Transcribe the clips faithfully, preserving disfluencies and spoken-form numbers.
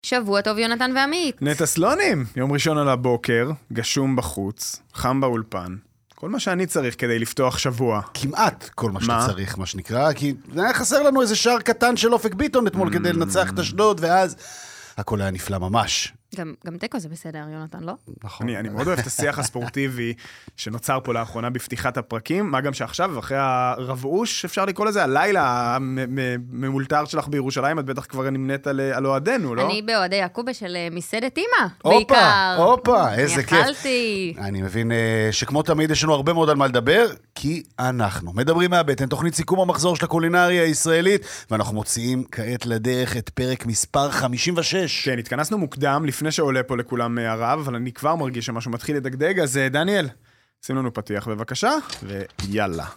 שבוע טוב, יונתן ועמית. נטע סלונים, יום ראשון על הבוקר, גשום בחוץ, חם באולפן. כל מה שאני צריך כדי לפתוח שבוע. כמעט כל מה שאתה צריך, מה שנקרא, כי זה היה חסר לנו איזה שער קטן של אופק ביטון אתמול כדי לנצח את אשדוד, ואז הכל היה נפלא ממש. גם, גם טקו זה בסדר, יונתן, לא? נכון. אני, אני מאוד אוהב את השיח הספורטיבי שנוצר פה לאחרונה בפתיחת הפרקים, מה גם שעכשיו, אחרי הרבעוש, אפשר לקרוא לזה, הלילה הממולתר שלך בירושלים, את בטח כבר נמנית על, על אוהדנו, לא? אני באוהדי יעקובה של מסעדת אימא, אופה, בעיקר. אופה, איזה כיף. יחלתי. אני מבין שכמו תמיד יש לנו הרבה מאוד על מה לדבר, כי אנחנו מדברים מהבטן, תוכנית סיכום המחזור של הקולינריה הישראלית, ואנחנו מוציאים כעת לדרך את פרק מספר חמישים ושש. כן, התכנסנו מוקדם, לפני שעולה פה לכולם הרב, אבל אני כבר מרגיש שמשהו מתחיל לדגדג, אז דניאל, שים לנו פתיח בבקשה, ויאללה.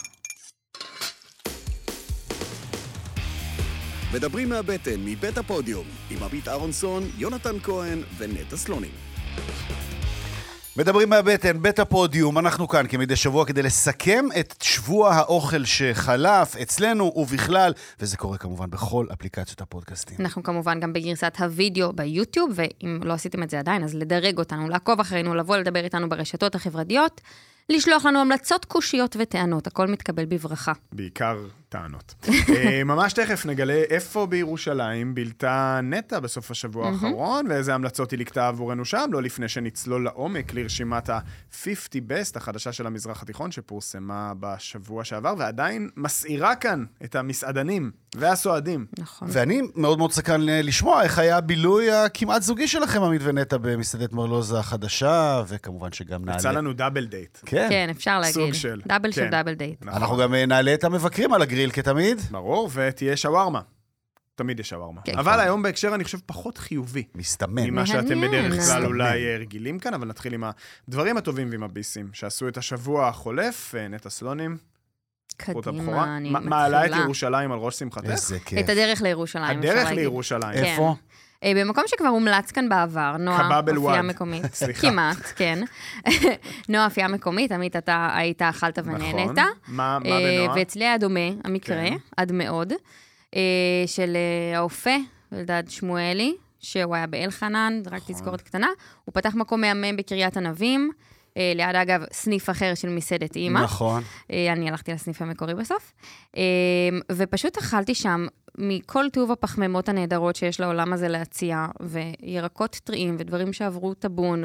מדברים מהבטן, מבית הפודיום, עם עמית אהרונסון, יונתן כהן ונטע סלונים. מדברים מהבטן, בית הפודיום, אנחנו כאן כמדי שבוע כדי לסכם את שבוע האוכל שחלף אצלנו ובכלל, וזה קורה כמובן בכל אפליקציות הפודקאסטים. אנחנו כמובן גם בגרסת הוידאו ביוטיוב, ואם לא עשיתם את זה עדיין, אז לדרג אותנו, לעקוב אחרינו, לבוא לדבר איתנו ברשתות החברתיות, לשלוח לנו המלצות קושיות וטענות, הכל מתקבל בברכה. בעיקר טענות. ממש תכף נגלה איפה בירושלים בילתה נטע בסוף השבוע האחרון, ואיזה המלצות היא לקטה עבורנו שם, לא לפני שנצלול לעומק לרשימת ה-חמישים Best, החדשה של המזרח התיכון, שפורסמה בשבוע שעבר, ועדיין מסעירה כאן את המסעדנים והסועדים. נכון. ואני מאוד מאוד סקרן לשמוע איך היה הבילוי הכמעט זוגי שלכם, עמית ונטע, במסעדת מרלוזה החדשה, וכמובן שגם נעלה. יצא לנו דאבל דייט. כן. כן, אפשר להגיד. סוג של. דאבל של כן. דאבל דייט. נכון. אנחנו גם נעלה את המבקרים על הגריל כתמיד. ברור, ותהיה שווארמה. תמיד יש שווארמה. כן, אבל כן. היום בהקשר אני חושב פחות חיובי. מסתמן. ממה שאתם מעניין. בדרך כלל מסתמן. אולי רגילים כאן, אבל נתחיל עם הדברים הטובים ועם הביסים, שעשו את השבוע החולף, נטע סלונים, זכות הבכורה. קדימה, אני מ- מעלה את מתחילה. ירושלים על ראש שמחתך. איזה כיף. את הדרך לירושלים, אפשר הדרך להגיד. לירושלים. כן. איפה? אה, במקום שכבר הומלץ כאן בעבר, נועה, קבאב אל אפייה וואד. מקומית. סליחה. כמעט, כן. נועה, אפייה מקומית, עמית, אתה היית אכלת ונהנית. נכון. מה מה אה, בנועה? ואצלי היה דומה, המקרה, כן. עד מאוד, אה, של אה, האופה, אלדד שמואלי, שהוא היה באלחנן, רק נכון. תזכורת קטנה. הוא פתח מקום מהמם בקריית ענבים, אה, ליד אגב סניף אחר של מסעדת אימא. נכון. אה, אני הלכתי לסניף המקורי בסוף, אה, ופשוט אכלתי שם מכל טוב הפחמימות הנהדרות שיש לעולם הזה להציע, וירקות טריים ודברים שעברו טבון,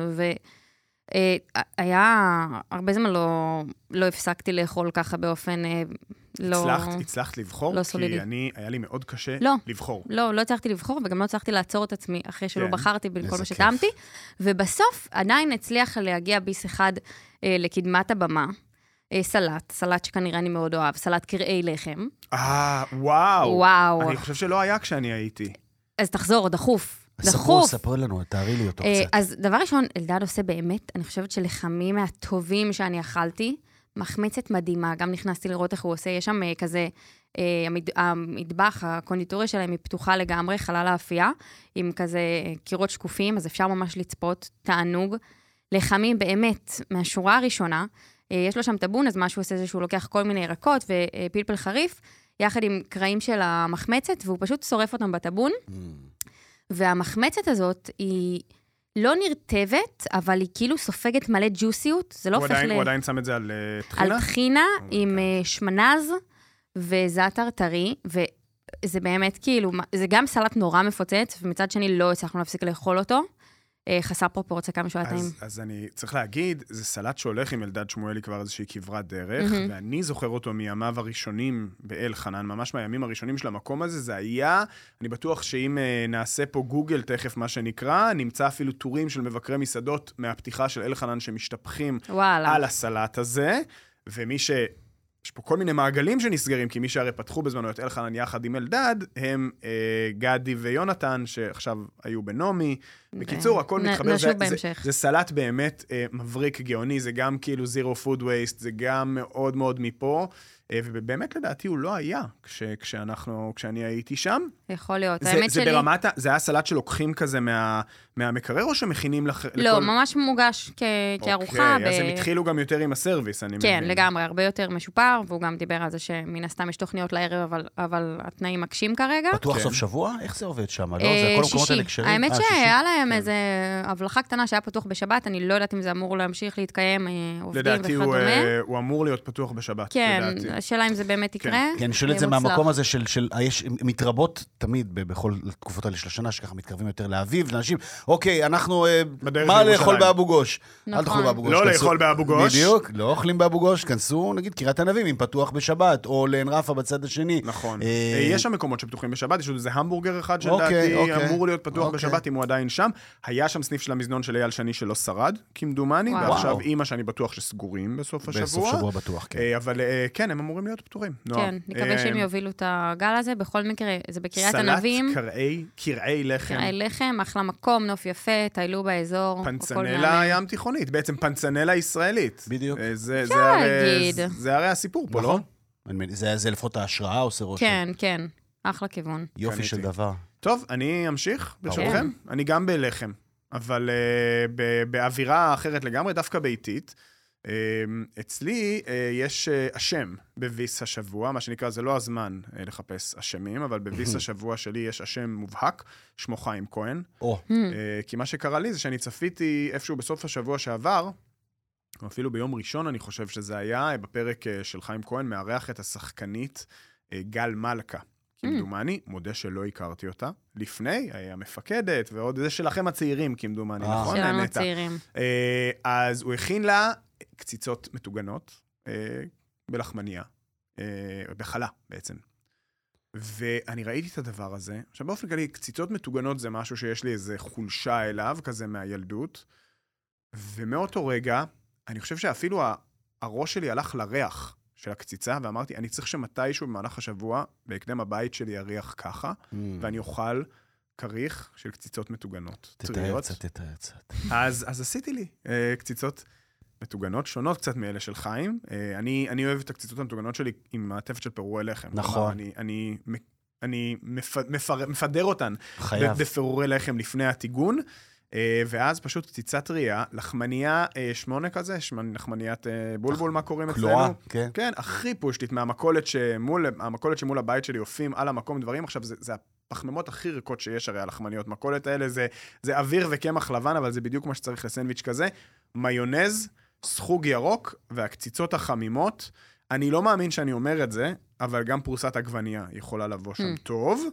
והיה הרבה זמן לא, לא הפסקתי לאכול ככה באופן אה, לא... הצלחת, הצלחת לבחור? לא סולידי. כי אני, היה לי מאוד קשה לא. לבחור. לא, לא הצלחתי לבחור, וגם לא הצלחתי לעצור את עצמי אחרי שלא כן. בחרתי בין כל איזה מה כיף. שטעמתי, ובסוף עדיין הצליח להגיע ביס אחד אה, לקדמת הבמה, אה, סלט, סלט שכנראה אני מאוד אוהב, סלט קרעי לחם. אה, וואו. וואו. אני חושב שלא היה כשאני הייתי. אז תחזור, דחוף. ספרו, דחוף. ספרו לנו, תארי לי אותו אה, קצת. אז דבר ראשון, אלדד עושה באמת, אני חושבת שלחמים מהטובים שאני אכלתי, מחמצת מדהימה, גם נכנסתי לראות איך הוא עושה, יש שם אה, כזה, אה, המד, המטבח, הקונדיטוריה שלהם היא פתוחה לגמרי, חלל האפייה, עם כזה קירות שקופים, אז אפשר ממש לצפות, תענוג. לחמים באמת, מהשורה הראשונה, אה, יש לו שם טבון, אז מה שהוא עושה זה שהוא לוקח כל מיני ירקות ופלפל חריף, יחד עם קרעים של המחמצת, והוא פשוט שורף אותם בטבון, והמחמצת הזאת היא לא נרטבת, אבל היא כאילו סופגת מלא ג'וסיות, זה לא הוא הופך עדיין, ל... הוא עדיין שם את זה על אה, על טחינה? טחינה עם אה, שמנז וזעתר טרי, וזה באמת כאילו, זה גם סלט נורא מפוצץ, ומצד שני לא הצלחנו להפסיק לאכול אותו, אה, חסר פרופורציה כמה שהוא היה טעים. אז, אז אני צריך להגיד, זה סלט שהולך עם אלדד שמואלי כבר איזושהי כברת דרך, Mhm. ואני זוכר אותו מימיו הראשונים באלחנן, ממש מהימים הראשונים של המקום הזה, זה היה, אני בטוח שאם uh, נעשה פה גוגל תכף מה שנקרא, נמצא אפילו טורים של מבקרי מסעדות מהפתיחה של אלחנן שמשתפכים וואלה. על הסלט הזה, ומי ש... יש פה כל מיני מעגלים שנסגרים, כי מי שהרי פתחו בזמנו את אלחנן יחד עם אלדד, הם אה, גדי ויונתן, שעכשיו היו בנומי. בקיצור, הכל נ- מתחבר. נשוב זה, זה, בהמשך. זה סלט באמת אה, מבריק גאוני, זה גם כאילו זירו פוד וייסט, זה גם מאוד מאוד מפה. ובאמת לדעתי הוא לא היה כש, כשאנחנו, כשאני הייתי שם. יכול להיות. זה, האמת זה שלי... ברמת, זה היה סלט שלוקחים כזה מה, מהמקרר, או שמכינים לח... לא, לכל... ממש מוגש כ... כארוחה. אוקיי, אז הם התחילו גם יותר עם הסרוויס, אני כן, מבין. לגמרי, הרבה יותר משופר, והוא גם דיבר על זה שמן הסתם יש תוכניות לערב, אבל, אבל התנאים מקשים כרגע. פתוח כן. סוף שבוע? איך זה עובד שם? לא? זה כל המקומות האלה כשרים? האמת אה, שהיה להם כן. איזה הבלחה קטנה שהיה פתוח בשבת, אני לא יודעת אם זה אמור להמשיך להתקיים, עובדים לדעתי הוא, וכדומה. הוא אמור להיות פתוח בשבת, כן, לדעתי. השאלה אם זה באמת יקרה. כן, אני שואל את זה מהמקום הזה של, של יש מתרבות תמיד בכל תקופות האלה של השנה, שככה מתקרבים יותר לאביב, לאנשים, אוקיי, אנחנו, מה לאכול באבו גוש? אל תאכלו באבו גוש. לא לאכול באבו גוש. בדיוק, לא אוכלים באבו גוש, כנסו, נגיד, קריית ענבים, אם פתוח בשבת, או לעין רפה בצד השני. נכון. יש שם מקומות שפתוחים בשבת, יש עוד איזה המבורגר אחד שלדעתי אמור להיות פתוח בשבת, אם הוא עדיין שם. היה שם סניף של המזנון של אייל שני שלא שרד, כמדומני, ועכשיו אימא שאני בטוח שסגורים בסוף השבוע. בסוף שבוע בטוח, כן. אבל כן, הם אמורים להיות פתורים. כן, נקווה שהם יובילו את הגל הזה. בכל מקרה, זה בקריית ענבים. סלט קרעי לחם. קרעי לחם, אחלה מקום, נוף יפה, טיילו באזור. פנצנלה ים תיכונית, בעצם פנצנלה ישראלית. בדיוק. זה הרי הסיפור פה, לא? זה לפחות ההשראה עושה רושם. כן, כן, אחלה כיוון. יופי של דבר. טוב, אני אמשיך ברשותכם. אני גם בלחם, אבל באווירה אחרת לגמרי, דווקא ביתית. אצלי יש אשם בביס השבוע, מה שנקרא, זה לא הזמן לחפש אשמים, אבל בביס השבוע שלי יש אשם מובהק, שמו חיים כהן. כי מה שקרה לי זה שאני צפיתי איפשהו בסוף השבוע שעבר, או אפילו ביום ראשון אני חושב שזה היה, בפרק של חיים כהן, מארח את השחקנית גל מלכה. כמדומני, מודה שלא הכרתי אותה. לפני, המפקדת, ועוד זה שלכם הצעירים, כמדומני, נכון? שלנו הצעירים. אז הוא הכין לה קציצות מטוגנות, בלחמניה, בחלה בעצם. ואני ראיתי את הדבר הזה. עכשיו, באופן כללי, קציצות מטוגנות זה משהו שיש לי איזה חולשה אליו, כזה מהילדות. ומאותו רגע, אני חושב שאפילו הראש שלי הלך לריח של הקציצה, ואמרתי, אני צריך שמתישהו במהלך השבוע, בהקדם הבית שלי יריח ככה, mm. ואני אוכל כריך של קציצות מטוגנות. תתאר קצת, תתאר קצת. אז, אז עשיתי לי uh, קציצות מטוגנות, שונות קצת מאלה של חיים. Uh, אני, אני אוהב את הקציצות המטוגנות שלי עם מעטפת של פירורי לחם. נכון. אני, אני, אני מפ, מפר, מפדר אותן חייב. בפירורי לחם לפני התיגון, ואז פשוט קציצת ראייה, לחמניה שמונה כזה, לחמניית בולבול, מה קוראים אצלנו? קלואה, כן. כן, הכי פושטית מהמכולת שמול, המכולת שמול הבית שלי עופים על המקום דברים. עכשיו, זה, זה הפחמימות הכי ריקות שיש הרי הלחמניות. מכולת האלה זה, זה אוויר וקמח לבן, אבל זה בדיוק מה שצריך לסנדוויץ' כזה. מיונז, סחוג ירוק, והקציצות החמימות. אני לא מאמין שאני אומר את זה, אבל גם פרוסת עגבנייה יכולה לבוא שם טוב.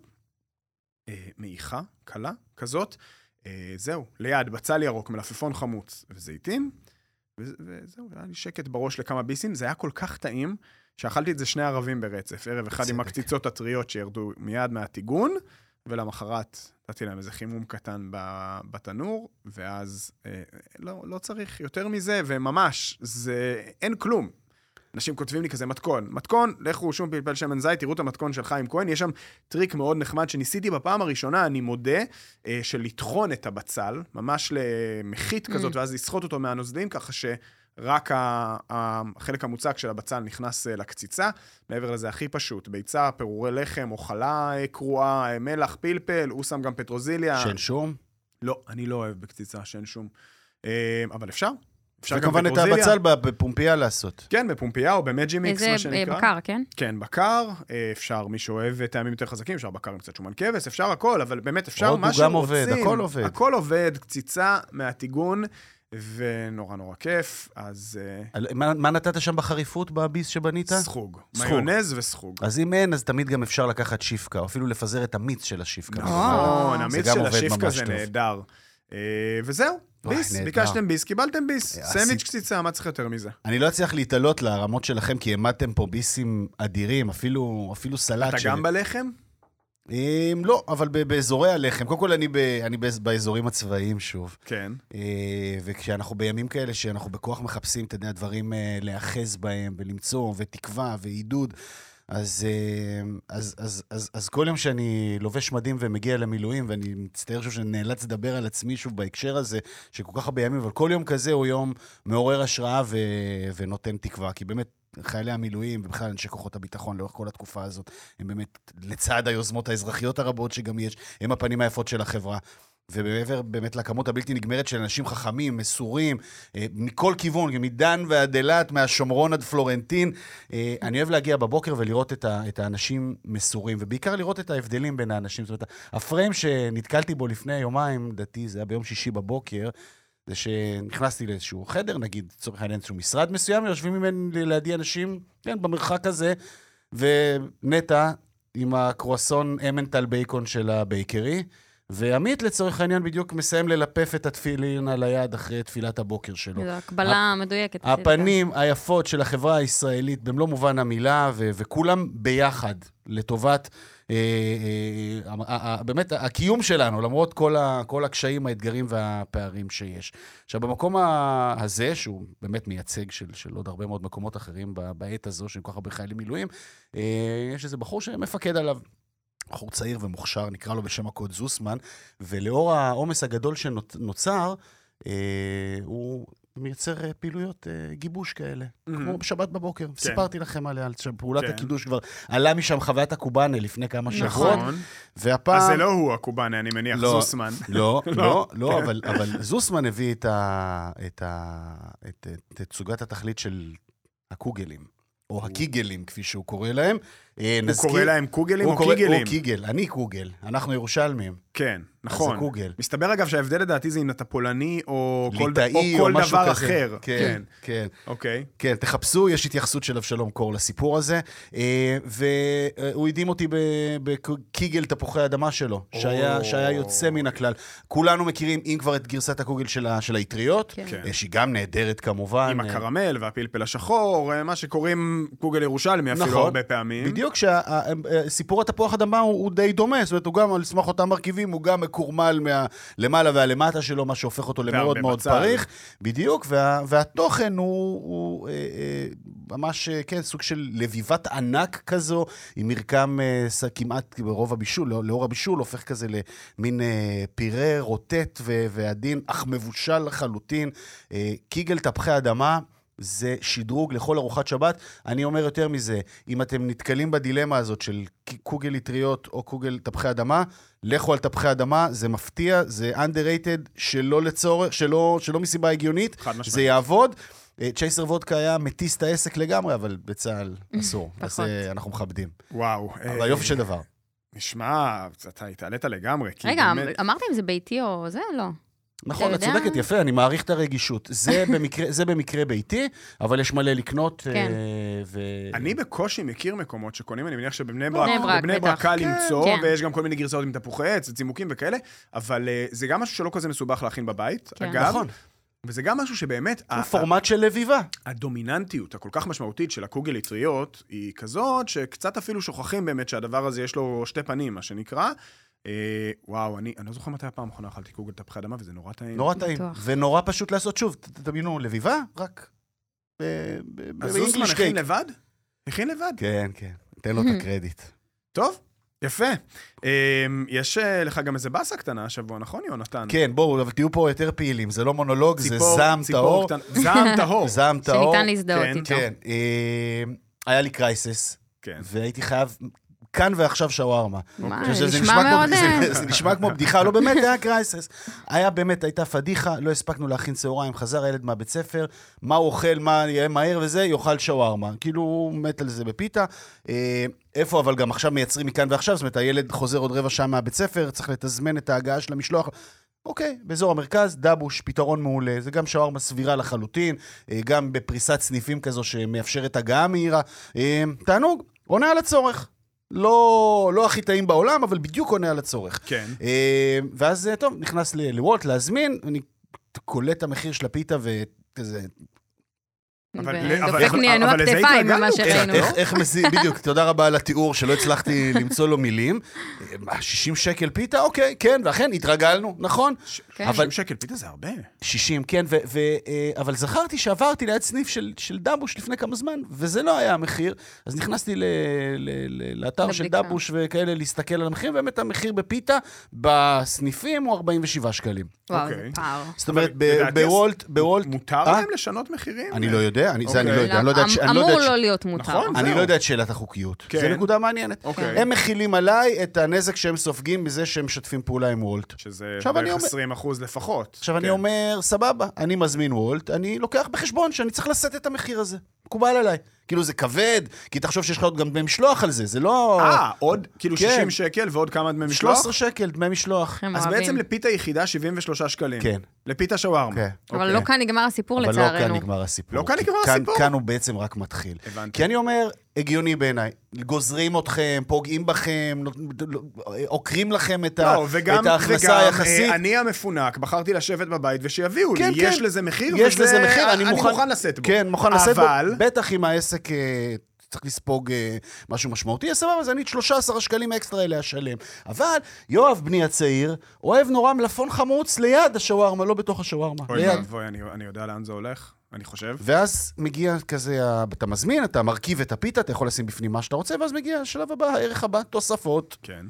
מעיכה, קלה, כזאת. זהו, ליד, בצל ירוק, מלפפון חמוץ וזיתים, וזהו, היה לי שקט בראש לכמה ביסים, זה היה כל כך טעים, שאכלתי את זה שני ערבים ברצף, ערב אחד עם הקציצות הטריות שירדו מיד מהטיגון, ולמחרת נתתי להם איזה חימום קטן בתנור, ואז לא, לא צריך יותר מזה, וממש, זה, אין כלום. אנשים כותבים לי כזה מתכון. מתכון, לכו שום פלפל שמן זית, תראו את המתכון של חיים כהן. יש שם טריק מאוד נחמד שניסיתי בפעם הראשונה, אני מודה, אה, של לטחון את הבצל, ממש למחית mm. כזאת, ואז לסחוט אותו מהנוזלים, ככה שרק החלק המוצק של הבצל נכנס אה, לקציצה. מעבר לזה הכי פשוט, ביצה, פירורי לחם, אוכלה אה, קרועה, אה, מלח, פלפל, הוא שם גם פטרוזיליה. שן שום? לא, אני לא אוהב בקציצה שן שום. אה, אבל אפשר. וכמובן את הבצל בפומפיה לעשות. כן, בפומפיה או במג'י מיקס, מה שנקרא. איזה בקר, כן? כן, בקר. אפשר, מי שאוהב טעמים יותר חזקים, אפשר בקר עם קצת שומן כבש, אפשר הכל, אבל באמת אפשר מה שרוצים. הוא גם עובד, הכל עובד. הכל עובד, קציצה מהטיגון, ונורא נורא כיף, אז... מה נתת שם בחריפות בביס שבנית? סחוג. מיונז וסחוג. אז אם אין, אז תמיד גם אפשר לקחת שיפקה, או אפילו לפזר את המיץ של השיפקה. נכון, המיץ של השיפקה זה נהדר. וזהו. ביס, ביקשתם ביס, קיבלתם ביס. סנדוויץ' קציצה, מה צריך יותר מזה? אני לא אצליח להתעלות לרמות שלכם, כי העמדתם פה ביסים אדירים, אפילו סלט. אתה גם בלחם? לא, אבל באזורי הלחם. קודם כל אני באזורים הצבאיים שוב. כן. וכשאנחנו בימים כאלה שאנחנו בכוח מחפשים, אתה יודע, דברים להאחז בהם ולמצוא, ותקווה ועידוד, אז, אז, אז, אז, אז כל יום שאני לובש מדים ומגיע למילואים, ואני מצטער שוב שאני נאלץ לדבר על עצמי שוב בהקשר הזה, שכל כך הרבה ימים, אבל כל יום כזה הוא יום מעורר השראה ו, ונותן תקווה, כי באמת חיילי המילואים, ובכלל אנשי כוחות הביטחון לאורך כל התקופה הזאת, הם באמת, לצד היוזמות האזרחיות הרבות שגם יש, הם הפנים היפות של החברה. ובעבר באמת לכמות הבלתי נגמרת של אנשים חכמים, מסורים, מכל כיוון, מדן ועד אילת, מהשומרון עד פלורנטין. אני אוהב להגיע בבוקר ולראות את האנשים מסורים, ובעיקר לראות את ההבדלים בין האנשים. זאת אומרת, הפריים שנתקלתי בו לפני יומיים, דתי, זה היה ביום שישי בבוקר, זה שנכנסתי לאיזשהו חדר, נגיד, צורך העניין איזשהו משרד מסוים, יושבים ממני לידי אנשים, כן, במרחק הזה, ונטע עם הקרואסון אמנטל בייקון של הבייקרי, ועמית לצורך העניין בדיוק מסיים ללפף את התפילין על היד אחרי תפילת הבוקר שלו. זו הקבלה מדויקת. הפנים היפות של החברה הישראלית, במלוא מובן המילה, ו- וכולם ביחד, לטובת אה, אה, אה, אה, באמת הקיום שלנו, למרות כל, ה- כל הקשיים, האתגרים והפערים שיש. עכשיו, במקום ה- הזה, שהוא באמת מייצג של, של עוד הרבה מאוד מקומות אחרים בעת הזו, של כל כך הרבה חיילים מילואים, אה, יש איזה בחור שמפקד עליו. בחור צעיר ומוכשר, נקרא לו בשם הקוד זוסמן, ולאור העומס הגדול שנוצר, אה, הוא מייצר פעילויות אה, גיבוש כאלה, mm-hmm. כמו בשבת בבוקר. כן. סיפרתי לכם עליה, על פעולת כן. הקידוש כבר, עלה משם חוויית הקובאנה לפני כמה שבועות. נכון. והפעם... אז זה לא הוא הקובאנה, אני מניח, לא, זוסמן. לא, לא, לא, אבל, אבל זוסמן הביא את, ה, את, ה, את, את, את סוגת התכלית של הקוגלים, או הקיגלים, כפי שהוא קורא להם. הוא קורא להם קוגלים או קיגלים? הוא קיגל, אני קוגל, אנחנו ירושלמים. כן, נכון. אז זה קוגל. מסתבר אגב שההבדל לדעתי זה אם אתה פולני או כל דבר אחר. כן, כן. אוקיי. כן, תחפשו, יש התייחסות של אבשלום קור לסיפור הזה, והוא הדהים אותי בקיגל תפוחי האדמה שלו, שהיה יוצא מן הכלל. כולנו מכירים, אם כבר את גרסת הקוגל של האטריות, שהיא גם נהדרת כמובן. עם הקרמל והפלפל השחור, מה שקוראים קוגל ירושלמי אפילו הרבה פעמים. בדיוק שסיפור התפוח אדמה הוא די דומה, זאת אומרת, הוא גם על סמך אותם מרכיבים, הוא גם מקורמל מהלמעלה והלמטה שלו, מה שהופך אותו למאוד מאוד פריך, בדיוק, והתוכן הוא ממש, כן, סוג של לביבת ענק כזו, עם מרקם כמעט ברוב הבישול, לאור הבישול, הופך כזה למין פירה רוטט ועדין, אך מבושל לחלוטין, קיגל תפוחי אדמה, זה שדרוג לכל ארוחת שבת. אני אומר יותר מזה, אם אתם נתקלים בדילמה הזאת של קוגל אטריות או קוגל תפוחי אדמה, לכו על תפוחי אדמה, זה מפתיע, זה underrated, שלא לצורך, שלא, שלא מסיבה הגיונית, זה יעבוד. צ'ייסר וודקה היה מטיס את העסק לגמרי, אבל בצהל אסור. אז אנחנו מכבדים. וואו. אבל יופי של דבר. נשמע, אתה התעלית לגמרי. רגע, אמרתי אם זה ביתי או זה? לא. נכון, את צודקת יפה, אני מעריך את הרגישות. זה במקרה, זה במקרה ביתי, אבל יש מלא לקנות. כן. ו... אני בקושי מכיר מקומות שקונים, אני מניח שבבני ברק, בבני ברק קל למצוא, כן. ויש גם כל מיני גרסאות עם תפוחי עץ, צימוקים וכאלה, אבל זה גם משהו שלא כזה מסובך להכין בבית, כן. אגב. נכון. וזה גם משהו שבאמת... הוא פורמט של לביבה. הדומיננטיות הכל כך משמעותית של הקוגל אטריות היא כזאת, שקצת אפילו שוכחים באמת שהדבר הזה יש לו שתי פנים, מה שנקרא. אה, וואו, אני, אני לא זוכר מתי הפעם האחרונה אכלתי קוגל תפוחי אדמה, וזה נורא טעים. נורא טעים, ונורא פשוט לעשות שוב, תבינו, לביבה, רק באנגליש. אז זוסמן הכין לבד? הכין לבד? כן, כן, תן לו את הקרדיט. טוב, יפה. יש לך גם איזה בסה קטנה השבוע, נכון, יונתן? כן, בואו, אבל תהיו פה יותר פעילים, זה לא מונולוג, זה זעם טהור. זעם טהור. זעם טהור. שניתן להזדהות איתו. כן, היה לי קרייסס, והייתי חייב... כאן ועכשיו שווארמה. מה, זה נשמע מאוד... זה נשמע כמו בדיחה, לא באמת, היה קרייסס. היה באמת, הייתה פדיחה, לא הספקנו להכין צהריים, חזר הילד מהבית ספר, מה הוא אוכל, מה יהיה מהר וזה, יאכל שווארמה. כאילו, הוא מת על זה בפיתה. איפה, אבל גם עכשיו מייצרים מכאן ועכשיו, זאת אומרת, הילד חוזר עוד רבע שעה מהבית ספר, צריך לתזמן את ההגעה של המשלוח. אוקיי, באזור המרכז, דבוש, פתרון מעולה. זה גם שווארמה סבירה לחלוטין, גם בפריסת סניפים כזו שמאפשרת הגעה מהירה. תענוג, עונה על הצורך. לא, לא הכי טעים בעולם, אבל בדיוק עונה על הצורך. כן. ואז, טוב, נכנס לוולט להזמין, אני קולט את המחיר של הפיתה וכזה... דופק נהנו הכתפיים ממה שראינו. איך מזיז, בדיוק, תודה רבה על התיאור שלא הצלחתי למצוא לו מילים. שישים שקל פיתה, אוקיי, כן, ואכן, התרגלנו, נכון? שישים שקל פיתה זה הרבה. שישים, כן, אבל זכרתי שעברתי ליד סניף של דבוש לפני כמה זמן, וזה לא היה המחיר, אז נכנסתי לאתר של דבוש וכאלה להסתכל על המחיר, ובאמת המחיר בפיתה בסניפים הוא ארבעים ושבעה שקלים. וואו, זה פער. זאת אומרת, בוולט... מותר להם לשנות מחירים? אני לא יודע. יודע, אני, זה אני לא אוקיי. יודע, אני לא יודע, אני לא אמור יודע, לא להיות מותר. נכון. אני זהו. לא יודע את שאלת החוקיות. כן. זו נקודה מעניינת. אוקיי. הם מכילים עליי את הנזק שהם סופגים בזה שהם משתפים פעולה עם וולט. שזה עכשיו אני בערך אומר- עשרים אחוז לפחות. עכשיו כן. אני אומר, סבבה, אני מזמין וולט, אני לוקח בחשבון שאני צריך לשאת את המחיר הזה. מקובל עליי. כאילו זה כבד, כי תחשוב שיש לך עוד גם דמי משלוח על זה, זה לא... אה, עוד כאילו כן. שישים שקל ועוד כמה דמי שלוש משלוח? עשרה שקל, דמי משלוח. הם אז אוהבים. בעצם לפיתה יחידה שבעים ושלושה שקלים. כן. לפיתה שווארמה. כן. אבל אוקיי. לא כאן נגמר הסיפור אבל לא לצערנו. כאן נגמר הסיפור. לא כאן כי נגמר כאן- הסיפור? כאן הוא בעצם רק מתחיל. הבנתי. כי אני אומר, הגיוני בעיניי. גוזרים אתכם, פוגעים בכם, עוקרים לכם את ה- לא, וגם, את ההכנסה וגם היחסית. אה, אני המפונק, בחרתי לשבת בבית ושיביאו לי. כן, יש כן. לזה מחיר, יש וזה- לזה מחיר, אני מוכן- מוכן לשאת בו. כן, מוכן לשאת בו. אבל, בטח אם העסק אה, צריך לספוג אה, משהו משמעותי, אז סבבה, אז אני את שלושה עשר שקלים אקסטרה אליה אשלם. אבל יואב, בני הצעיר, אוהב נורא מלפון חמוץ ליד השווארמה, לא בתוך השווארמה. אוי ליד. ואבוי, אני אני יודע לאן זה הולך, אני חושב. ואז מגיע כזה, ה- אתה מזמין, אתה מרכיב את הפיתה, אתה יכול לשים בפנים מה שאתה רוצה, ואז מגיע השלב הבא, הערך הבא, תוספות, כן.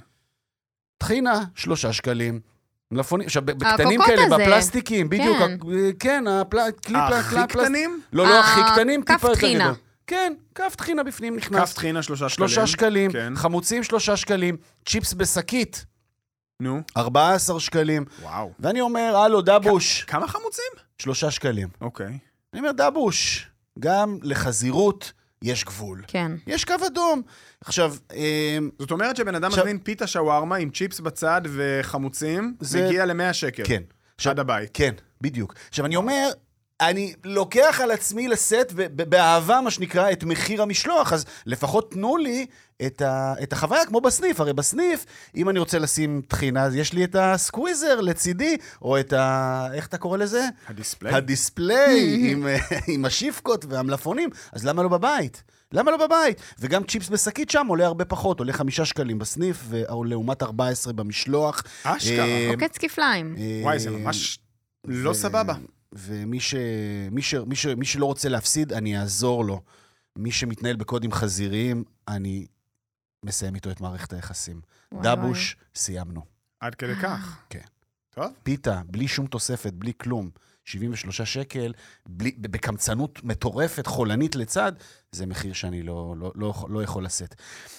טחינה, שלושה שקלים. מלפונים, עכשיו, בקטנים הקוקוט כאלה, הזה. בפלסטיקים, בדיוק, כן. ה- כן, הפל- כלי פל- הכי פל- פלסטיק. קטנים? לא, לא הכי אה, קטנים, כף טיפה יותר טחינה. גדול. כן, כף טחינה בפנים נכנס. כף טחינה שלושה שקלים. שלושה שקלים, כן. חמוצים שלושה שקלים, צ'יפס בשקית, נו, ארבעה עשר שקלים, וואו. ואני אומר, הלו, דבוש, כמה חמוצים? שלושה שקלים. אוקיי. אני אומר, דבוש, גם לחזירות יש גבול. כן. יש קו אדום. עכשיו, אמ, זאת אומרת שבן אדם עכשיו- מזמין פיתה שווארמה עם צ'יפס בצד וחמוצים, זה- מגיע ל-מאה שקל. כן. עד הבית. כן, בדיוק. עכשיו, אני אומר, אני לוקח על עצמי לשאת, ובאהבה, מה שנקרא, את מחיר המשלוח, אז לפחות תנו לי את, ה, את החוויה, כמו בסניף. הרי בסניף, אם אני רוצה לשים טחינה, אז יש לי את הסקוויזר לצידי, או את ה... איך אתה קורא לזה? הדיספליי. הדיספליי, עם, עם השיפקות והמלפונים. אז למה לא בבית? למה לא בבית? וגם צ'יפס בשקית שם עולה הרבה פחות, עולה חמישה שקלים בסניף, ולעומת ארבע עשרה במשלוח. אשכרה. אה, עוקץ כפליים. אה, וואי, זה ממש לא ו- סבבה. ומי ש... מי ש... מי ש... מי שלא רוצה להפסיד, אני אעזור לו. מי שמתנהל בקודים חזיריים, אני מסיים איתו את מערכת היחסים. וואי, דבוש, סיימנו. עד כדי כך. כן. טוב. פיתה, בלי שום תוספת, בלי כלום, שבעים ושלושה שקל, בלי, בקמצנות מטורפת, חולנית לצד, זה מחיר שאני לא, לא, לא, לא יכול לשאת.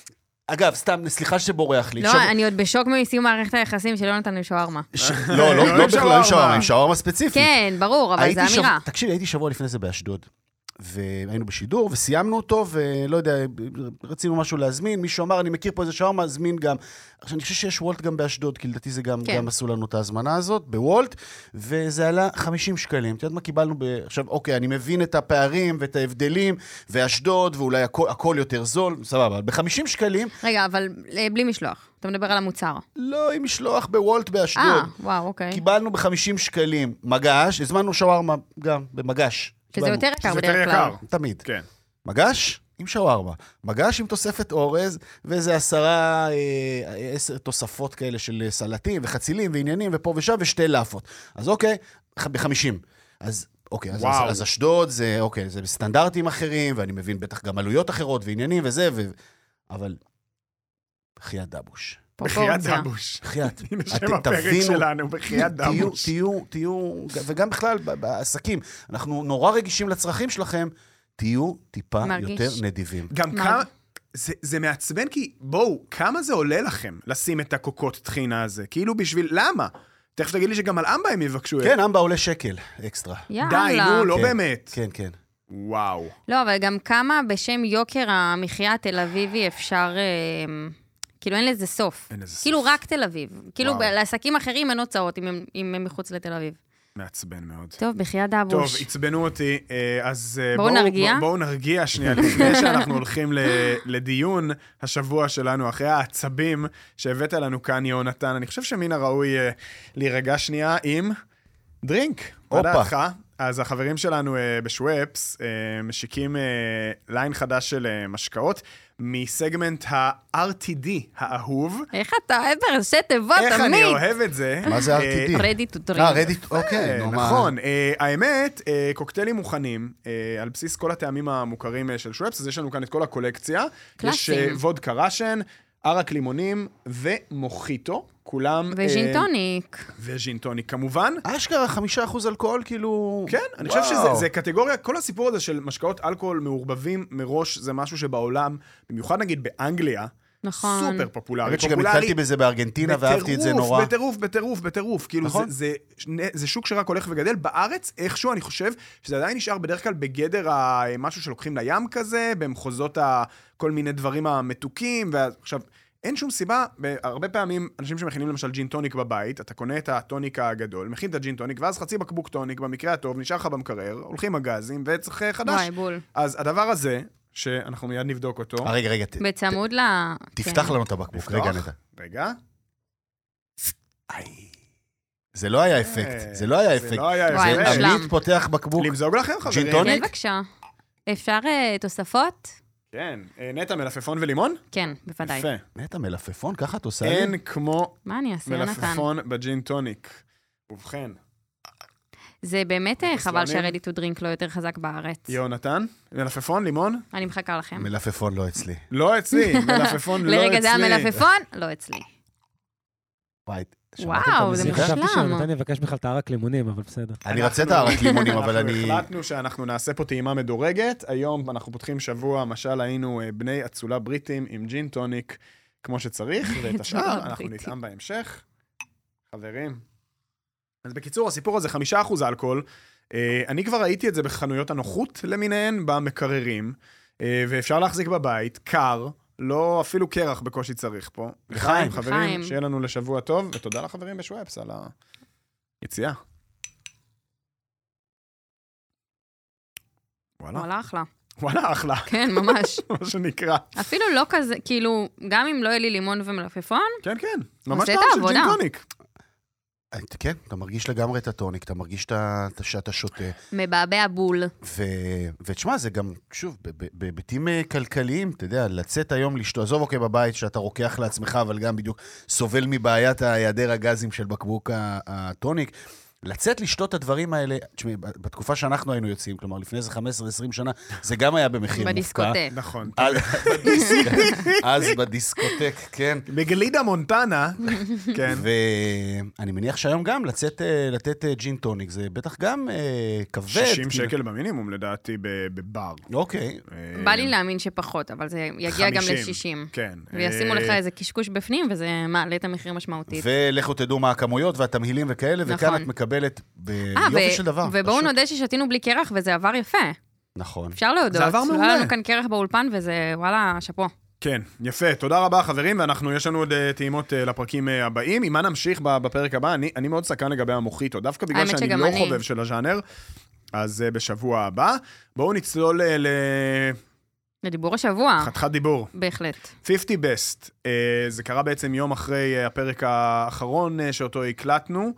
אגב, סתם, סליחה שבורח לי. לא, עכשיו- אני עוד בשוק מסיום מערכת היחסים שלא נתן לי שווארמה. ש... לא לא, לא, עם לא בכלל, שווארמה. עם שווארמה, עם שווארמה ספציפית. כן, ברור, אבל זה הייתי אמירה. שבוע, תקשיב, הייתי שבוע לפני זה באשדוד, והיינו בשידור, וסיימנו אותו, ולא יודע, רצינו משהו להזמין, מישהו אמר, אני מכיר פה איזה שווארמה, הזמין גם. עכשיו, אני חושב שיש וולט גם באשדוד, כי לדעתי זה גם, כן. גם עשו לנו את ההזמנה הזאת, בוולט, וזה עלה חמישים שקלים. אתה יודעת מה קיבלנו ב... עכשיו, אוקיי, אני מבין את הפערים ואת ההבדלים, ואשדוד, ואולי הכל, הכל יותר זול, סבבה, ב-חמישים שקלים, רגע, אבל אה, בלי משלוח. אתה מדבר על המוצר. לא עם משלוח בוולט באשדוד. אה, וואו, אוקיי. קיבלנו ב-חמישים שקלים מגש, הזמנו שווארמה גם במגש. שזה קיבלנו- יותר יקר שזה יותר בדרך כלל. יקר. תמיד. כן. מגש עם שווארמה. מגש עם תוספת אורז, ואיזה עשרה, אה, עשר תוספות כאלה של סלטים וחצילים ועניינים, ופה ושם, ושתי לאפות. אז אוקיי, ח- בחמישים. אז אוקיי, אז, וואו. אז, אז אשדוד זה, אוקיי, זה בסטנדרטים אחרים, ואני מבין בטח גם עלויות אחרות ועניינים וזה, ו... אבל בחייאת דבוש. בחיית פרופורציה. דבוש. בחייאת. הנה אתם שם הפרק תבינו, שלנו, בחיית תהיו, דבוש. תהיו, תהיו, וגם בכלל ב- בעסקים, אנחנו נורא רגישים לצרכים שלכם, תהיו טיפה מרגיש. יותר נדיבים. גם מה? כמה... זה, זה מעצבן כי, בואו, כמה זה עולה לכם לשים את הקוקות טחינה הזה? כאילו בשביל, למה? תכף תגיד לי שגם על אמבה הם יבקשו את כן, אמבה עולה שקל אקסטרה. יאללה. די, נו, לא כן. באמת. כן, כן. וואו. לא, אבל גם כמה בשם יוקר המחיה התל אביבי אפשר... אה, כאילו אין לזה סוף. אין לזה סוף. כאילו רק תל אביב. כאילו וואו. לעסקים אחרים אין הוצאות אם הם- אם הם מחוץ לתל אביב. מעצבן מאוד. טוב, בחייאת טוב, דבוש. עצבנו אותי, אה, אז אה, בואו נרגיע. בואו, בואו נרגיע שנייה, לפני שאנחנו הולכים ל- לדיון השבוע שלנו, אחרי העצבים שהבאת לנו כאן, יונתן, אני חושב שמן הראוי אה, להירגע שנייה עם דרינק. מה הופה. דעתך? אז החברים שלנו אה, בשוואפס אה, משיקים אה, ליין חדש של אה, משקאות, מסגמנט ה-אר טי די האהוב. איך אתה אוהב ראשי תיבות, איך אני עמית? אוהב את זה. מה זה אה, אר טי די? ready to drink. אה, רדיט, אוקיי, אה, נו מה. נכון. אה, האמת, אה, קוקטיילים מוכנים, אה, על בסיס כל הטעמים המוכרים אה, של שוואפס, אז יש לנו כאן את כל הקולקציה. יש קלאסיים. אה, וודקה ראשן, ערק לימונים ומוחיטו, כולם... וז'ינטוניק. וז'ינטוניק, כמובן. אשכרה חמישה אחוז אלכוהול, כאילו... כן, אני חושב שזה קטגוריה, כל הסיפור הזה של משקאות אלכוהול מעורבבים מראש, זה משהו שבעולם, במיוחד נגיד באנגליה, נכון. סופר פופולרי. האמת שגם התחלתי בזה בארגנטינה, ואהבתי את זה נורא. בטירוף, בטירוף, בטירוף. כאילו זה, זה, זה שוק שרק הולך וגדל. בארץ, איכשהו אני חושב שזה עדיין נשאר בדרך כלל בגדר משהו שלוקחים לים כזה, במחוזות כל מיני דברים המתוקים, ועכשיו, אין שום סיבה, הרבה פעמים אנשים שמכינים למשל ג'ין טוניק בבית, אתה קונה את הטוניק הגדול, מכין את הג'ין טוניק, ואז חצי בקבוק טוניק, במקרה הטוב, נשאר לך במקרר, הולכים הגזים, וצריך חדש. וואי, בול. אז הדבר הזה, שאנחנו מיד נבדוק אותו. רגע, רגע. בצמוד ל... תפתח לנו את הבקבוק, רגע נטע. רגע. זה לא היה אפקט, זה לא היה אפקט. זה לא היה אפקט. עמית פותח בקבוק. למזוג לכם, חברים? ג'ין טוניק? כן, בבקשה. אפשר תוספות? כן. נטע, מלפפון ולימון? כן, בוודאי. יפה. נטע, מלפפון? ככה את עושה לי? אין כמו מה אני אעשה, יונתן? מלפפון בג'ין טוניק. ובכן. זה באמת חבל ש-ready to drink לא יותר חזק בארץ. יונתן, מלפפון, לימון? אני מחכה לכם. מלפפון לא אצלי. לא אצלי, מלפפון לא אצלי. לרגע זה המלפפון, לא אצלי. וואו, זה מושלם. חשבתי שיונתן יבקש בכלל את הערק לימונים, אבל בסדר. אני רצה את הערק לימונים, אבל אני... אנחנו החלטנו שאנחנו נעשה פה טעימה מדורגת. היום אנחנו פותחים שבוע, משל היינו בני אצולה בריטים עם ג'ין טוניק, כמו שצריך, ואת השאר אנחנו נטעם בהמשך. חברים. אז בקיצור, הסיפור הזה חמישה אחוז אלכוהול. אני כבר ראיתי את זה בחנויות הנוחות למיניהן, במקררים, ואפשר להחזיק בבית, קר, לא אפילו קרח בקושי צריך פה. לחיים, חברים, שיהיה לנו לשבוע טוב, ותודה לחברים בשוואפס על היציאה. וואלה. וואלה, אחלה. וואלה, אחלה. כן, ממש. מה שנקרא. אפילו לא כזה, כאילו, גם אם לא יהיה לי לימון ומלפפון, כן, כן. ממש עושה את טעם של העבודה. ג'ין טוניק. כן, אתה מרגיש לגמרי את הטוניק, אתה מרגיש את שאתה שותה. מבעבע בול. ותשמע, זה גם, שוב, בהיבטים כלכליים, אתה יודע, לצאת היום לשתות, עזוב אוקיי בבית שאתה רוקח לעצמך, אבל גם בדיוק סובל מבעיית היעדר הגזים של בקבוק הטוניק, לצאת לשתות את הדברים האלה, תשמעי, בתקופה שאנחנו היינו יוצאים, כלומר, לפני איזה חמש עשרה עשרים שנה, זה גם היה במחיר מופקע. בדיסקוטק. נכון. אז בדיסקוטק, כן. בגלידה מונטנה, כן. ואני מניח שהיום גם לצאת, לתת ג'ין טוניק, זה בטח גם כבד. שישים שקל במינימום, לדעתי, בבר. אוקיי. בא לי להאמין שפחות, אבל זה יגיע גם ל-שישים. כן. וישימו לך איזה קשקוש בפנים, וזה מעלה את המחיר משמעותית. ולכו תדעו מה הכמויות והתמהילים וכאלה, וכאן את מקבלת ביופי של דבר. ובואו נודה ששתינו בלי קרח, וזה עבר יפה. נכון. אפשר להודות. זה עבר מעולה. היה לנו כאן קרח באולפן, וזה, וואלה, שפו. כן, יפה. תודה רבה, חברים, ואנחנו, יש לנו עוד טעימות לפרקים הבאים. אם מה נמשיך בפרק הבא, אני, אני מאוד סקרן לגבי המוחיטו, דווקא בגלל שאני לא אני. חובב של הז'אנר, אז בשבוע הבא. בואו נצלול ל... לדיבור השבוע. חתיכת דיבור. בהחלט. חמישים best. זה קרה בעצם יום אחרי הפרק האחרון שאותו הקלטנו.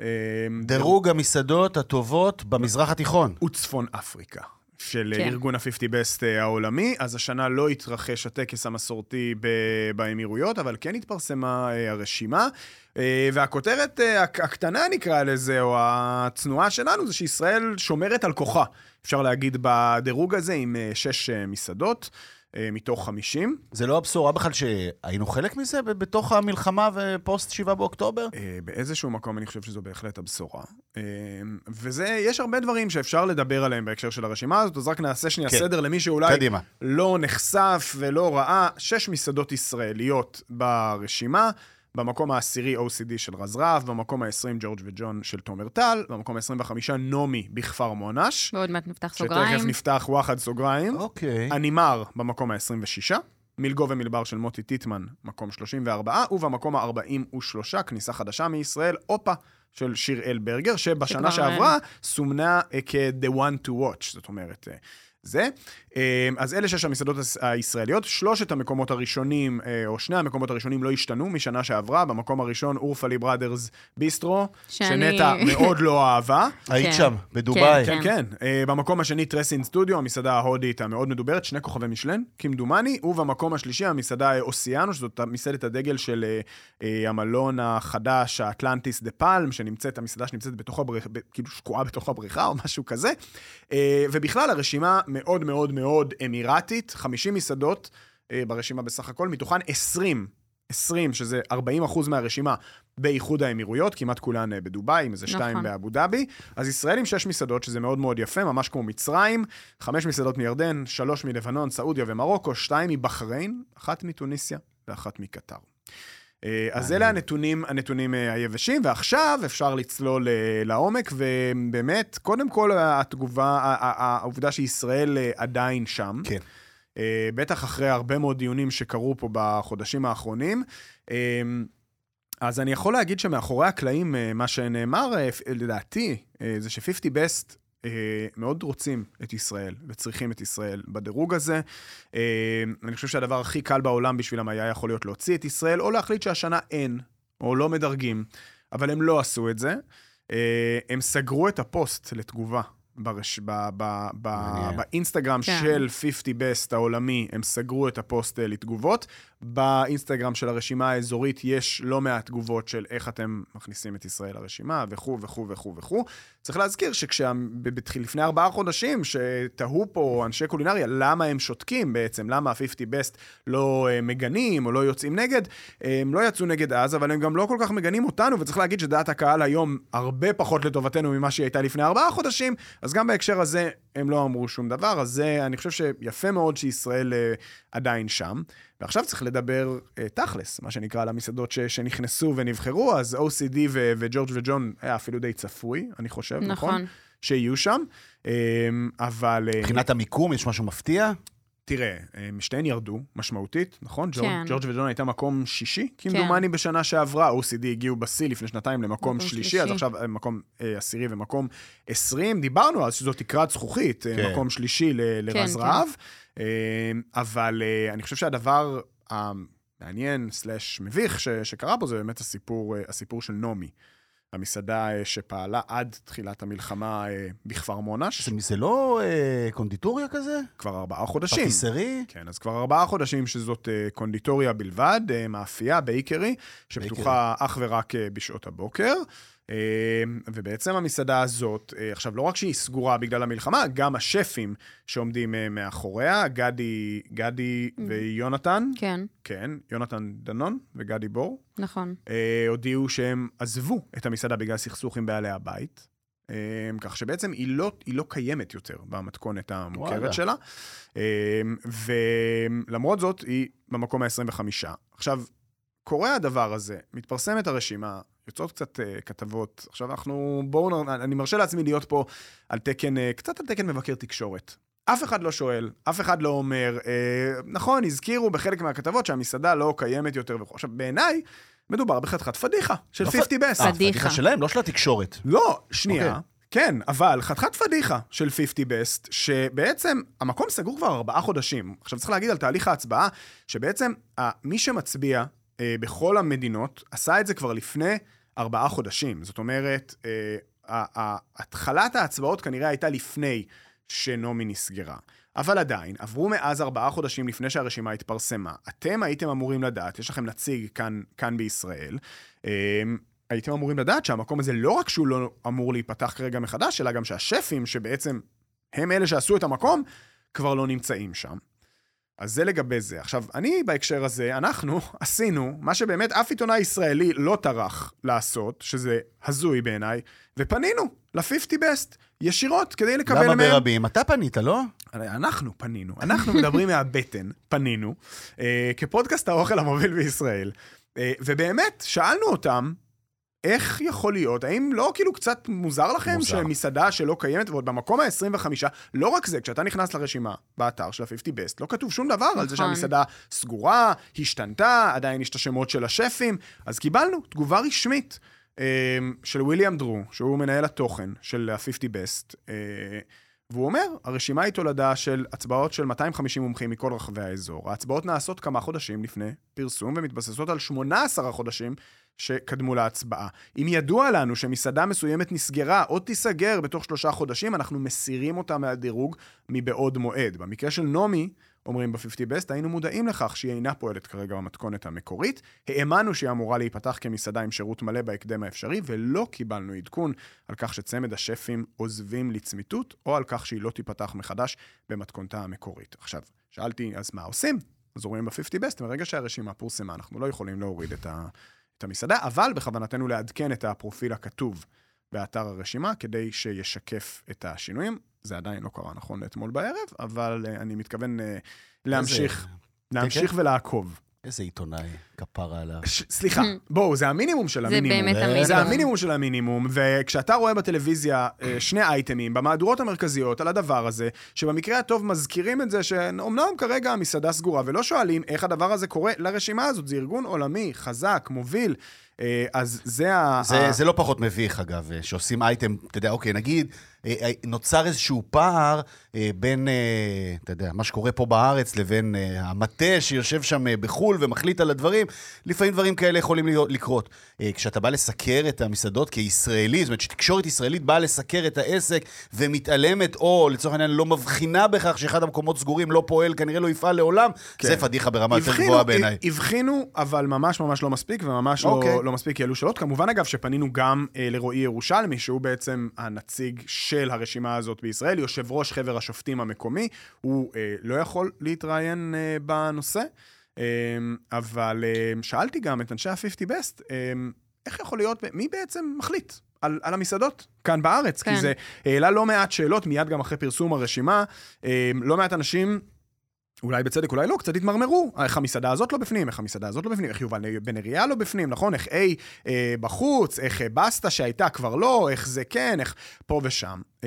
דירוג המסעדות הטובות במזרח התיכון. וצפון אפריקה. של כן. ארגון ה-חמישים best העולמי, אז השנה לא התרחש הטקס המסורתי באמירויות, אבל כן התפרסמה הרשימה, והכותרת הקטנה נקרא לזה, או הצנועה שלנו, זה שישראל שומרת על כוחה, אפשר להגיד בדירוג הזה, עם שש מסעדות, מתוך חמישים. זה לא הבשורה בכלל שהיינו חלק מזה בתוך המלחמה ופוסט שבעה באוקטובר? באיזשהו מקום אני חושב שזו בהחלט הבשורה. וזה, יש הרבה דברים שאפשר לדבר עליהם בהקשר של הרשימה הזאת, אז רק נעשה שנייה סדר למי שאולי לא נחשף ולא ראה, שש מסעדות ישראליות ברשימה, במקום העשירי או סי די של רזרב, במקום ה-עשרים ג'ורג' וג'ון של תומר טל, במקום ה-עשרים וחמש נומי בכפר מונש. ועוד מעט נפתח סוגריים. שתכף נפתח וואחד סוגריים. אוקיי. אנימר במקום ה-עשרים ושש, מילגו ומלבר של מוטי טיטמן, מקום שלושים וארבע, ובמקום ה-ארבעים ושלוש, כניסה חדשה מישראל, אופה של שיראל ברגר, שבשנה שעברה סומנה כ-The One to Watch, זאת אומרת... זה. אז אלה שש המסעדות הישראליות, שלושת המקומות הראשונים, או שני המקומות הראשונים לא השתנו משנה שעברה, במקום הראשון אורפלי בראדרס ביסטרו, שנטע מאוד לא אהבה. היית שם, בדוביי. כן, כן. במקום השני טרסין סטודיו, המסעדה ההודית המאוד מדוברת, שני כוכבי משלן, כמדומני, ובמקום השלישי המסעדה אוסיאנו, שזאת מסעדת הדגל של המלון החדש, האטלנטיס דה פלם, שנמצאת, המסעדה שנמצאת בתוך הבריכה, כאילו שקועה בתוך הבריכה או משהו כזה. ובכלל הרשימה מאוד מאוד מאוד אמירתית, חמישים מסעדות ברשימה בסך הכל, מתוכן עשרים, עשרים, שזה ארבעים אחוז מהרשימה באיחוד האמירויות, כמעט כולן בדוביי, עם איזה שתיים נכון. באבו דאבי. אז ישראל עם שש מסעדות, שזה מאוד מאוד יפה, ממש כמו מצרים, חמש מסעדות מירדן, שלוש מלבנון, סעודיה ומרוקו, שתיים מבחריין, אחת מתוניסיה ואחת מקטר. אז אלה הנתונים, הנתונים היבשים, ועכשיו אפשר לצלול לעומק, ובאמת, קודם כל התגובה, העובדה שישראל עדיין שם, כן. בטח אחרי הרבה מאוד דיונים שקרו פה בחודשים האחרונים, אז אני יכול להגיד שמאחורי הקלעים, מה שנאמר, לדעתי, זה ש-חמישים Best מאוד רוצים את ישראל, וצריכים את ישראל בדירוג הזה. אני חושב שהדבר הכי קל בעולם בשבילם היה יכול להיות להוציא את ישראל, או להחליט שהשנה אין, או לא מדרגים, אבל הם לא עשו את זה. הם סגרו את הפוסט לתגובה. ברש... ב... ב... ב... באינסטגרם כן. של חמישים Best העולמי, הם סגרו את הפוסט לתגובות. באינסטגרם של הרשימה האזורית יש לא מעט תגובות של איך אתם מכניסים את ישראל לרשימה, וכו' וכו' וכו' וכו'. צריך להזכיר שלפני ארבעה חודשים שתהו פה אנשי קולינריה, למה הם שותקים בעצם, למה חמישים Best לא מגנים או לא יוצאים נגד, הם לא יצאו נגד אז, אבל הם גם לא כל כך מגנים אותנו, וצריך להגיד שדעת הקהל היום הרבה פחות לטובתנו ממה שהיא הייתה לפני ארבעה חודשים, אז גם בהקשר הזה הם לא אמרו שום דבר, אז זה, אני חושב שיפה מאוד שישראל עדיין שם. ועכשיו צריך לדבר uh, תכלס, מה שנקרא למסעדות ש- שנכנסו ונבחרו, אז או סי די ו- וג'ורג' וג'ון היה אפילו די צפוי, אני חושב, נכון? נכון? שיהיו שם, um, אבל... מבחינת uh, המיקום, יש משהו מפתיע? תראה, שתיהן ירדו משמעותית, נכון? כן. ג'ורג' וג'ון הייתה מקום שישי, כמדומני כן. בשנה שעברה, או סי די הגיעו בשיא לפני שנתיים למקום שלישי, שלישי, אז עכשיו מקום אה, עשירי ומקום עשרים, דיברנו אז שזו תקרת זכוכית, כן. מקום שלישי ל- לרז כן, רעב, כן. אה, אבל אה, אני חושב שהדבר המעניין סלש מביך ש- שקרה פה, זה באמת הסיפור, אה, הסיפור של נומי. המסעדה שפעלה עד תחילת המלחמה בכפר מונש. זה, זה לא אה, קונדיטוריה כזה? כבר ארבעה חודשים. פטיסרי? כן, אז כבר ארבעה חודשים שזאת אה, קונדיטוריה בלבד, אה, מאפייה, בייקרי, שפתוחה אך ורק אה, בשעות הבוקר. אה, ובעצם המסעדה הזאת, אה, עכשיו לא רק שהיא סגורה בגלל המלחמה, גם השפים שעומדים אה, מאחוריה, גדי, גדי mm. ויונתן. כן. כן, יונתן דנון וגדי בור. נכון. אה, הודיעו שהם עזבו את המסעדה בגלל סכסוך עם בעלי הבית. אה, כך שבעצם היא לא, היא לא קיימת יותר במתכונת המוכרת וואלה. שלה. אה, ולמרות זאת, היא במקום ה-עשרים וחמישה. עכשיו, קורה הדבר הזה, מתפרסמת הרשימה, יוצאות קצת uh, כתבות. עכשיו אנחנו, בואו, אני מרשה לעצמי להיות פה על תקן, uh, קצת על תקן מבקר תקשורת. אף אחד לא שואל, אף אחד לא אומר, uh, נכון, הזכירו בחלק מהכתבות שהמסעדה לא קיימת יותר וכו'. עכשיו, בעיניי, מדובר בחתיכת פדיחה של לא חמישים Best. אה, פדיחה שלהם, לא של התקשורת. לא, שנייה. Okay. כן, אבל חתיכת פדיחה של חמישים Best, שבעצם המקום סגור כבר ארבעה חודשים. עכשיו צריך להגיד על תהליך ההצבעה, שבעצם uh, מי שמצביע בכל המדינות, עשה את זה כבר לפני ארבעה חודשים. זאת אומרת, התחלת ההצבעות כנראה הייתה לפני שנומי נסגרה. אבל עדיין, עברו מאז ארבעה חודשים לפני שהרשימה התפרסמה. אתם הייתם אמורים לדעת, יש לכם נציג כאן, כאן בישראל, הייתם אמורים לדעת שהמקום הזה לא רק שהוא לא אמור להיפתח כרגע מחדש, אלא גם שהשפים שבעצם הם אלה שעשו את המקום, כבר לא נמצאים שם. אז זה לגבי זה. עכשיו, אני בהקשר הזה, אנחנו עשינו מה שבאמת אף עיתונאי ישראלי לא טרח לעשות, שזה הזוי בעיניי, ופנינו ל-חמישים Best ישירות כדי לקבל מהם... למה ברבים? אתה פנית, לא? אנחנו פנינו. אנחנו מדברים מהבטן, פנינו, אה, כפודקאסט האוכל המוביל בישראל. אה, ובאמת, שאלנו אותם, איך יכול להיות? האם לא כאילו קצת מוזר לכם מוזר. שמסעדה שלא קיימת, ועוד במקום ה-עשרים וחמישה, לא רק זה, כשאתה נכנס לרשימה באתר של ה-חמישים Best, לא כתוב שום דבר נכון. על זה שהמסעדה סגורה, השתנתה, עדיין יש את השמות של השפים, אז קיבלנו תגובה רשמית אה, של וויליאם דרו, שהוא מנהל התוכן של ה-חמישים Best, אה, והוא אומר, הרשימה היא תולדה של הצבעות של מאתיים וחמישים מומחים מכל רחבי האזור. ההצבעות נעשות כמה חודשים לפני פרסום, ומתבססות על שמונה עשר חודשים שקדמו להצבעה. אם ידוע לנו שמסעדה מסוימת נסגרה או תיסגר בתוך שלושה חודשים, אנחנו מסירים אותה מהדירוג מבעוד מועד. במקרה של נומי, אומרים ב-חמישים Best, היינו מודעים לכך שהיא אינה פועלת כרגע במתכונת המקורית, האמנו שהיא אמורה להיפתח כמסעדה עם שירות מלא בהקדם האפשרי, ולא קיבלנו עדכון על כך שצמד השפים עוזבים לצמיתות, או על כך שהיא לא תיפתח מחדש במתכונתה המקורית. עכשיו, שאלתי, אז מה עושים? אז רואים ב-חמישים Best, מרגע שהרשימה פורסמה, אנחנו לא יכולים להוריד את, ה, את המסעדה, אבל בכוונתנו לעדכן את הפרופיל הכתוב באתר הרשימה, כדי שישקף את השינויים. זה עדיין לא קרה נכון לאתמול בערב, אבל uh, אני מתכוון uh, להמשיך, להמשיך ולעקוב. איזה עיתונאי, כפרה עליו. ש- סליחה, בואו, זה המינימום של זה המינימום. באמת המינימום. זה המינימום של המינימום, וכשאתה רואה בטלוויזיה אה, שני אייטמים, במהדורות המרכזיות על הדבר הזה, שבמקרה הטוב מזכירים את זה, שאומנם כרגע המסעדה סגורה, ולא שואלים איך הדבר הזה קורה לרשימה הזאת, זה ארגון עולמי, חזק, מוביל, אה, אז זה ה... זה, ה... זה לא פחות מביך, אגב, שעושים אייטם, אתה יודע, אוקיי, נגיד, נוצר איזשהו פער בין, אתה יודע, מה שקורה פה בארץ, לבין המטה שיושב שם בחול ומחליט על הדברים, לפעמים דברים כאלה יכולים לקרות. כשאתה בא לסקר את המסעדות כישראלי, זאת אומרת שתקשורת ישראלית באה לסקר את העסק ומתעלמת, או לצורך העניין לא מבחינה בכך שאחד המקומות סגורים לא פועל, כנראה לא יפעל לעולם, כן. זה פדיחה ברמה יותר גבוהה בעיניי. הבחינו, אבל ממש ממש לא מספיק, וממש אוקיי. לא, לא מספיק אלו שאלות. כמובן, אגב, שפנינו גם אה, לרועי ירושלמי, שהוא בעצם הנציג של הרשימה הזאת בישראל, יושב ראש חבר השופטים המקומי, הוא אה, לא יכול להתראיין אה, בנושא, אה, אבל אה, שאלתי גם את אנשי ה-חמישים Best, אה, איך יכול להיות, מי בעצם מחליט על, על המסעדות כאן בארץ? כן. כי זה העלה לא מעט שאלות, מיד גם אחרי פרסום הרשימה, אה, לא מעט אנשים, אולי בצדק, אולי לא, קצת התמרמרו, איך המסעדה הזאת לא בפנים, איך המסעדה הזאת לא בפנים, איך יובל בן אריה לא בפנים, נכון? איך איי אה, בחוץ, איך אה, בסטה שהייתה כבר לא, איך זה כן, איך פה ושם. אה,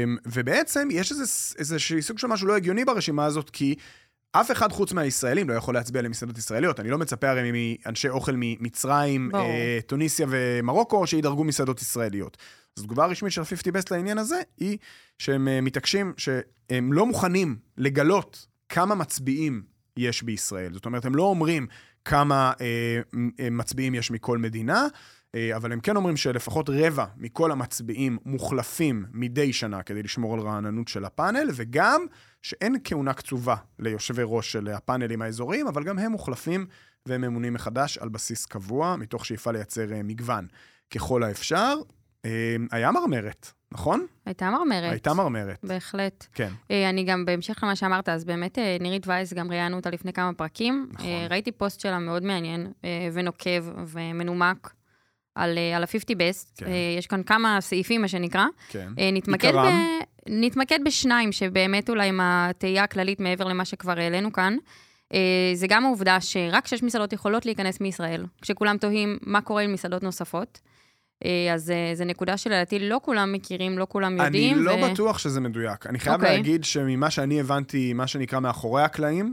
ובעצם יש איזה, איזה סוג של משהו לא הגיוני ברשימה הזאת, כי אף אחד חוץ מהישראלים לא יכול להצביע למסעדות ישראליות. אני לא מצפה הרי מאנשי אוכל ממצרים, אה, טוניסיה ומרוקו, שידרגו מסעדות ישראליות. אז התגובה הרשמית של ה-חמישים Best לעניין הזה, היא שהם אה, מתעקשים שהם לא מוכנים לגלות כמה מצביעים יש בישראל. זאת אומרת, הם לא אומרים כמה אה, מצביעים יש מכל מדינה, אה, אבל הם כן אומרים שלפחות רבע מכל המצביעים מוחלפים מדי שנה כדי לשמור על רעננות של הפאנל, וגם שאין כהונה קצובה ליושבי ראש של הפאנלים האזוריים, אבל גם הם מוחלפים והם ממונים מחדש על בסיס קבוע, מתוך שאיפה לייצר אה, מגוון. ככל האפשר, אה, היה מרמרת. נכון? הייתה מרמרת. הייתה מרמרת. בהחלט. כן. אני גם, בהמשך למה שאמרת, אז באמת נירית וייס גם ראיינו אותה לפני כמה פרקים. נכון. ראיתי פוסט שלה מאוד מעניין ונוקב ומנומק על ה-חמישים Best. כן. יש כאן כמה סעיפים, מה שנקרא. כן. נתמקד, ב... נתמקד בשניים, שבאמת אולי עם התהייה הכללית מעבר למה שכבר העלינו כאן. זה גם העובדה שרק שש מסעדות יכולות להיכנס מישראל, כשכולם תוהים מה קורה עם מסעדות נוספות. אז זו נקודה שלדעתי לא כולם מכירים, לא כולם יודעים. אני לא בטוח שזה מדויק. אני חייב להגיד שממה שאני הבנתי, מה שנקרא מאחורי הקלעים,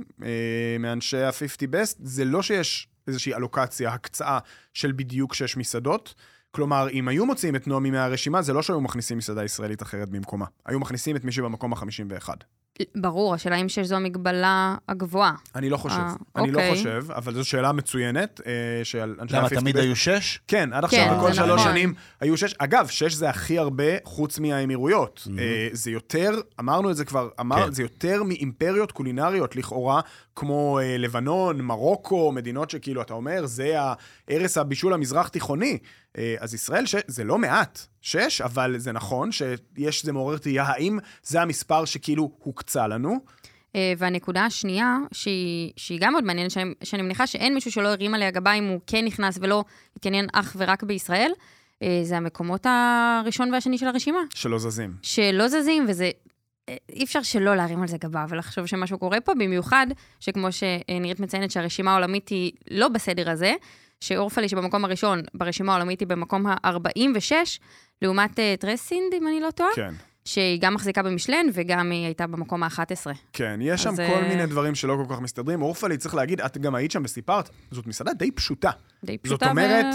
מאנשי ה-חמישים Best, זה לא שיש איזושהי אלוקציה, הקצאה של בדיוק שש מסעדות. כלומר, אם היו מוציאים את נעמי מהרשימה, זה לא שהיו מכניסים מסעדה ישראלית אחרת במקומה. היו מכניסים את מישהו במקום ה-חמישים ואחת. ברור, השאלה אם שש זו המגבלה הגבוהה. אני לא חושב. אני לא חושב, אבל זו שאלה מצוינת. למה, תמיד היו שש? כן, עד עכשיו בכל שלוש שנים היו שש. אגב, שש זה הכי הרבה חוץ מהאמירויות. זה יותר, אמרנו את זה כבר, זה יותר מאימפריות קולינריות לכאורה, כמו לבנון, מרוקו, מדינות שכאילו, אתה אומר, זה הערש הבישול המזרח תיכוני. אז ישראל, זה לא מעט, שש, אבל זה נכון שיש, זה מעורר תהייה, האם זה המספר שכאילו הוקצה לנו? והנקודה השנייה, שהיא, שהיא גם מאוד מעניינת, שאני, שאני מניחה שאין מישהו שלא הרים עליה גבה אם הוא כן נכנס ולא התעניין אך ורק בישראל, זה המקומות הראשון והשני של הרשימה. שלא זזים. שלא זזים, וזה... אי אפשר שלא להרים על זה גבה ולחשוב שמשהו קורה פה, במיוחד שכמו שנראית מציינת שהרשימה העולמית היא לא בסדר הזה, שאורפלי שבמקום הראשון ברשימה העולמית היא במקום ה-ארבעים ושש, לעומת טרסינד, אם אני לא טועה, כן. שהיא גם מחזיקה במשלן וגם היא הייתה במקום ה-אחת עשרה. כן, יש שם כל מיני דברים שלא כל כך מסתדרים. אורפלי, צריך להגיד, את גם היית שם וסיפרת, זאת מסעדה די פשוטה. די פשוטה זאת אומרת,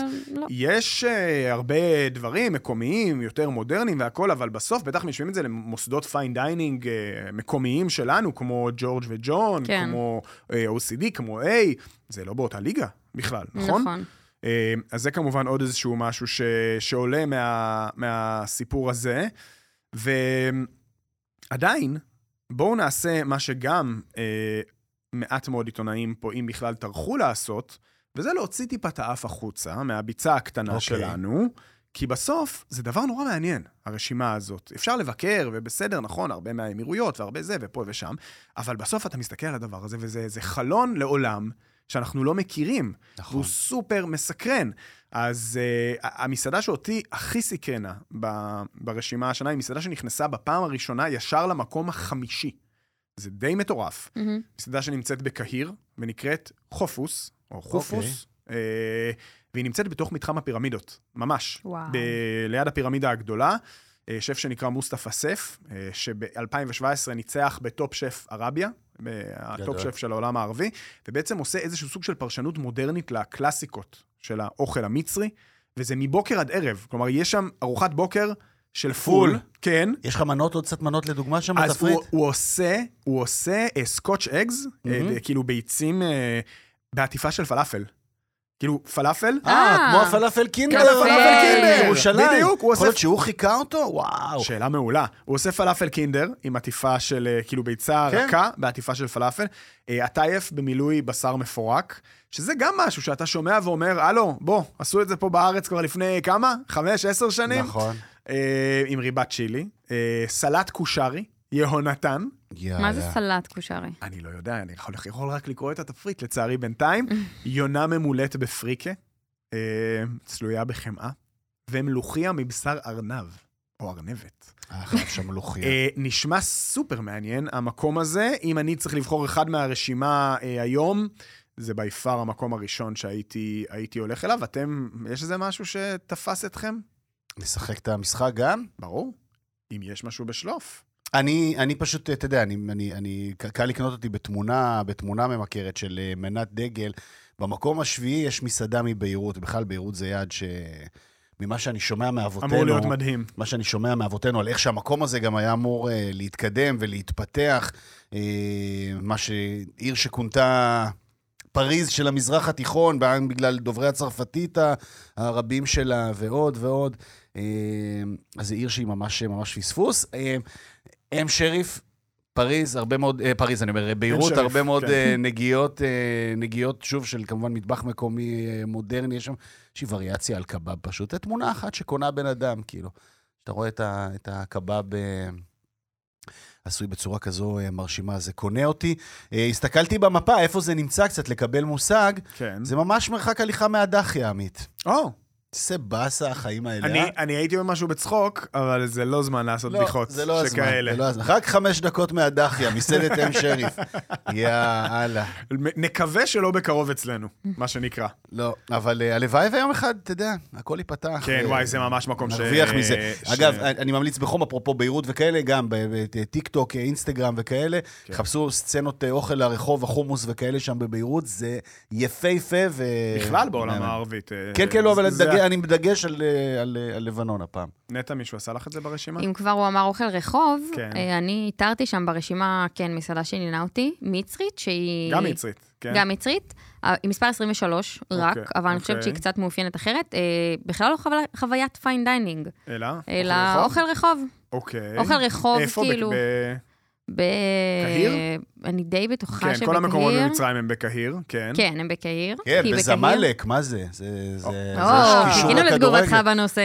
יש הרבה דברים מקומיים, יותר מודרניים והכל, אבל בסוף בטח משווים את זה למוסדות פיין דיינינג מקומיים שלנו, כמו ג'ורג' וג'ון, כמו או סי די, כמו A, זה לא באותה ליגה בכלל, נכון? נכון. אז זה כמובן עוד איזשהו משהו שעולה מהסיפור הזה. ועדיין, בואו נעשה מה שגם אה, מעט מאוד עיתונאים פה, אם בכלל תרחו לעשות, וזה להוציא טיפה את האף החוצה, מהביצה הקטנה okay. שלנו, כי בסוף זה דבר נורא מעניין, הרשימה הזאת. אפשר לבקר, ובסדר, נכון, הרבה מהאמירויות והרבה זה, ופה ושם, אבל בסוף אתה מסתכל על הדבר הזה, וזה זה חלון לעולם שאנחנו לא מכירים, נכון. והוא סופר מסקרן. אז uh, המסעדה שאותי הכי סקרנה ב- ברשימה השנה, היא מסעדה שנכנסה בפעם הראשונה ישר למקום החמישי. זה די מטורף. Mm-hmm. מסעדה שנמצאת בקהיר, ונקראת חופוס, או חופוס, okay. uh, והיא נמצאת בתוך מתחם הפירמידות, ממש. וואו. ב- ליד הפירמידה הגדולה, uh, שף שנקרא מוסטפא סף, uh, שב-אלפיים שבע עשרה ניצח בטופ שף ערביה, הטופ שף של העולם הערבי, ובעצם עושה איזשהו סוג של פרשנות מודרנית לקלאסיקות של האוכל המצרי, וזה מבוקר עד ערב. כלומר, יש שם ארוחת בוקר של פול, כן. יש לך מנות, עוד קצת מנות לדוגמה שם בתפריט? אז הוא, הוא עושה, הוא עושה סקוץ' אגז, כאילו ביצים בעטיפה של פלאפל. כאילו, פלאפל? אה, כמו הפלאפל קינדר. כן, הפלאפל קינדר. בירושלים. בדיוק, הוא עושה... יכול להיות שהוא חיכה אותו? וואו. שאלה מעולה. הוא עושה פלאפל קינדר, עם עטיפה של, כאילו, ביצה רכה, בעטיפה של פלאפל. הטייף במילוי בשר מפורק, שזה גם משהו שאתה שומע ואומר, הלו, בוא, עשו את זה פה בארץ כבר לפני כמה? חמש, עשר שנים? נכון. עם ריבת צ'ילי. סלט קושרי, יהונתן. מה זה סלט קושרי? אני לא יודע, אני יכול, יכול רק לקרוא את התפריט, לצערי בינתיים. יונה ממולט בפריקה, אה, צלויה בחמאה, ומלוכיה מבשר ארנב, או ארנבת. אה, חייב שם מלוכיה. אה, נשמע סופר מעניין, המקום הזה. אם אני צריך לבחור אחד מהרשימה אה, היום, זה ביפר המקום הראשון שהייתי הייתי הולך אליו. אתם, יש איזה משהו שתפס אתכם? לשחק את המשחק גם? ברור. אם יש משהו בשלוף. אני, אני פשוט, אתה יודע, אני, אני, אני, קל לקנות אותי בתמונה, בתמונה ממכרת של מנת דגל. במקום השביעי יש מסעדה מביירות, בכלל ביירות זה יעד ש... ממה שאני שומע מאבותינו... אמור להיות מדהים. מה שאני שומע מאבותינו, על איך שהמקום הזה גם היה אמור uh, להתקדם ולהתפתח. Uh, מה שעיר שכונתה פריז של המזרח התיכון, בגלל דוברי הצרפתית הרבים שלה ועוד ועוד. Uh, אז זה עיר שהיא ממש, ממש פספוס. Uh, אם שריף, פריז, הרבה מאוד, אה, פריז, אני אומר, ביירות, הרבה שריף, מאוד כן. אה, נגיעות, אה, נגיעות, שוב, של כמובן מטבח מקומי אה, מודרני, יש שם איזושהי וריאציה על קבב פשוט. את תמונה אחת שקונה בן אדם, כאילו. שאתה רואה את, ה, את הקבב אה, עשוי בצורה כזו אה, מרשימה, זה קונה אותי. אה, הסתכלתי במפה, איפה זה נמצא קצת, לקבל מושג. כן. זה ממש מרחק הליכה מהדחיה, עמית. או. זה באסה החיים האלה. אני, אני הייתי במשהו בצחוק, אבל זה לא זמן לעשות לא, בדיחות זה לא שכאלה. הזמן, זה לא הזמן. רק חמש דקות מהדחיה, מסעדת אם שריף. יאללה. נקווה שלא בקרוב אצלנו, מה שנקרא. לא, אבל הלוואי ויום אחד, אתה יודע, הכל ייפתח. כן, וואי, זה ממש מקום ש... נרוויח מזה. אגב, אני ממליץ בחום, אפרופו ביירות וכאלה, גם בטיק טוק, אינסטגרם וכאלה, חפשו סצנות אוכל לרחוב, החומוס וכאלה שם בביירות, זה יפהפה ו... בכלל בעולם הערבית. כן, כן, לא, אבל אני מדגש על, על, על לבנון הפעם. נטע, מישהו עשה לך את זה ברשימה? אם כבר הוא אמר אוכל רחוב, כן. אני איתרתי שם ברשימה, כן, מסעדה שעניינה אותי, מצרית, שהיא... גם מצרית, כן. גם מצרית, היא מספר עשרים ושלוש רק, אוקיי, אבל אני אוקיי. חושבת שהיא קצת מאופיינת אחרת. בכלל לא חו... חוויית פיין דיינינג. אלא? אלא אוכל רחוב. אוקיי. אוכל רחוב, איפה? כאילו... איפה? בקהיר? אני די בטוחה שבקהיר. כן, כל המקומות במצרים הם בקהיר, כן. כן, הם בקהיר. כן, בזמלק, מה זה? זה חיכינו לתגובתך בנושא.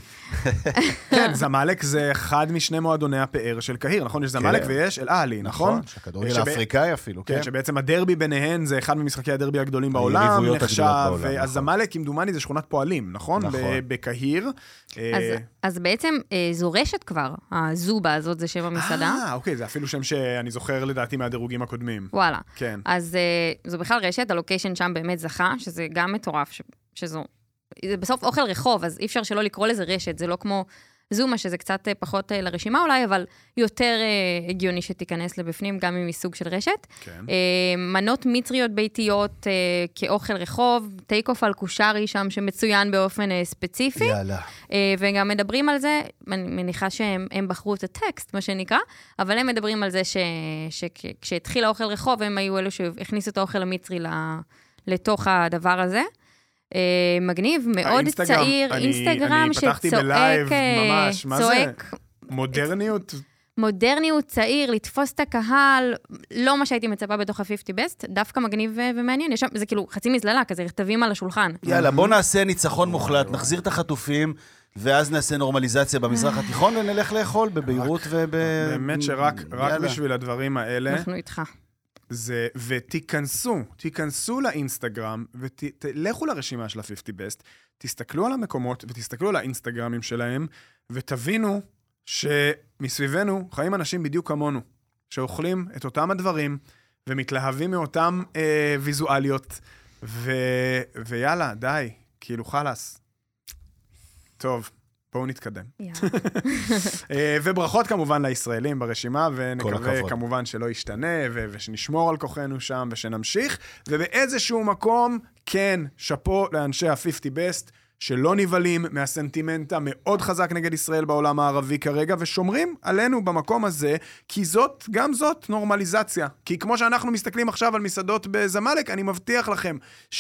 כן, זמלק זה אחד משני מועדוני הפאר של קהיר, נכון? יש זמלק ויש אל-אהלי, נכון? שהכדורגל האפריקאי אפילו, כן. שבעצם הדרבי ביניהן זה אחד ממשחקי הדרבי הגדולים בעולם, נחשב, אז זמלק, כמדומני, זה שכונת פועלים, נכון? בקהיר. אז בעצם זו רשת כבר, הזובה הזאת זה שם המסעדה. אה, אוקיי, זה אפילו שם שאני זוכר לדעתי מהדירוגים הקודמים. וואלה. כן. אז זו בכלל רשת, הלוקיישן שם באמת זכה, שזה גם מטורף, שזו, זה בסוף אוכל רחוב, אז אי אפשר שלא לקרוא לזה רשת, זה לא כמו זומה, שזה קצת פחות לרשימה אולי, אבל יותר הגיוני שתיכנס לבפנים, גם עם מסוג של רשת. כן. מנות מצריות ביתיות כאוכל רחוב, טייק אוף על קושרי שם, שמצוין באופן ספציפי. יאללה. וגם מדברים על זה, אני מניחה שהם בחרו את הטקסט, מה שנקרא, אבל הם מדברים על זה שכשהתחיל האוכל רחוב, הם היו אלו שהכניסו את האוכל המצרי לתוך הדבר הזה. מגניב, מאוד צעיר, אינסטגרם שצועק, צועק. מודרניות? מודרניות, צעיר, לתפוס את הקהל, לא מה שהייתי מצפה בתוך ה-חמישים בסט, דווקא מגניב ומעניין, יש שם, זה כאילו חצי מזללה, כזה רטבים על השולחן. יאללה, בוא נעשה ניצחון מוחלט, נחזיר את החטופים, ואז נעשה נורמליזציה במזרח התיכון, ונלך לאכול בביירות וב... באמת שרק רק בשביל הדברים האלה, אנחנו איתך. זה, ותיכנסו, תיכנסו לאינסטגרם, ולכו לרשימה של ה-חמישים Best, תסתכלו על המקומות, ותסתכלו על האינסטגרמים שלהם, ותבינו שמסביבנו חיים אנשים בדיוק כמונו, שאוכלים את אותם הדברים, ומתלהבים מאותם אה, ויזואליות, ו... ויאללה, די, כאילו חלס. טוב, בואו נתקדם. וברכות כמובן לישראלים ברשימה, ונקווה כמובן שלא ישתנה, ושנשמור על כוחנו שם, ושנמשיך, ובאיזשהו מקום, כן, שפו לאנשי ה-חמישים Best, שלא נבלים מהסנטימנט המאוד חזק נגד ישראל בעולם הערבי כרגע, ושומרים עלינו במקום הזה, כי זאת, גם זאת, נורמליזציה. כי כמו שאנחנו מסתכלים עכשיו על מסעדות בזמלק, אני מבטיח לכם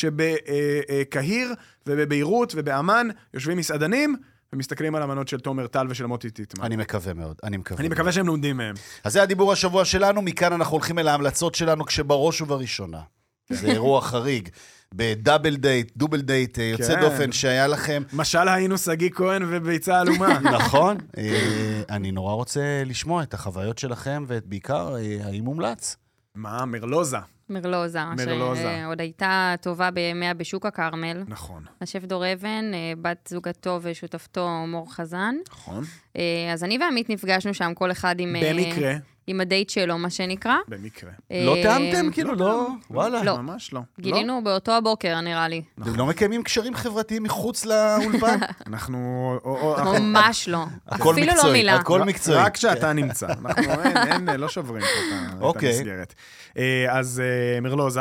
שבקהיר ובביירות ובאמן יושבים מסעדנים, ומסתכלים על המנות של תומר טל ושל מוטי טיטמן. אני מקווה מאוד, אני מקווה. אני מקווה שהם לומדים מהם. אז זה הדיבור השבוע שלנו, מכאן אנחנו הולכים אל ההמלצות שלנו, כשבראש ובראשונה. זה אירוע חריג. בדאבל דייט, דובל דייט, יוצא דופן שהיה לכם. משל היינו סגי כהן וביצה אלומה. נכון. אני נורא רוצה לשמוע את החוויות שלכם, ובעיקר, האם מומלץ? מה? מרלוזה. מרלוזה. מרלוזה. שעוד הייתה טובה בימיה בשוק הכרמל. נכון. השף דור אבן, בת זוגתו ושותפתו מור חזן. נכון. אז אני ועמית נפגשנו שם, כל אחד עם... במקרה. עם הדייט שלו, מה שנקרא. במקרה. לא טעמתם? כאילו, לא? וואלה. לא. ממש לא. גילינו באותו הבוקר, נראה לי. אתם לא מקיימים קשרים חברתיים מחוץ לאולפן? אנחנו... ממש לא. הכל אפילו לא מקצועי, מילה. הכל מקצועי. רק כשאתה נמצא. אנחנו אין, לא שוברים פה את המסגרת. אז מרלוזה,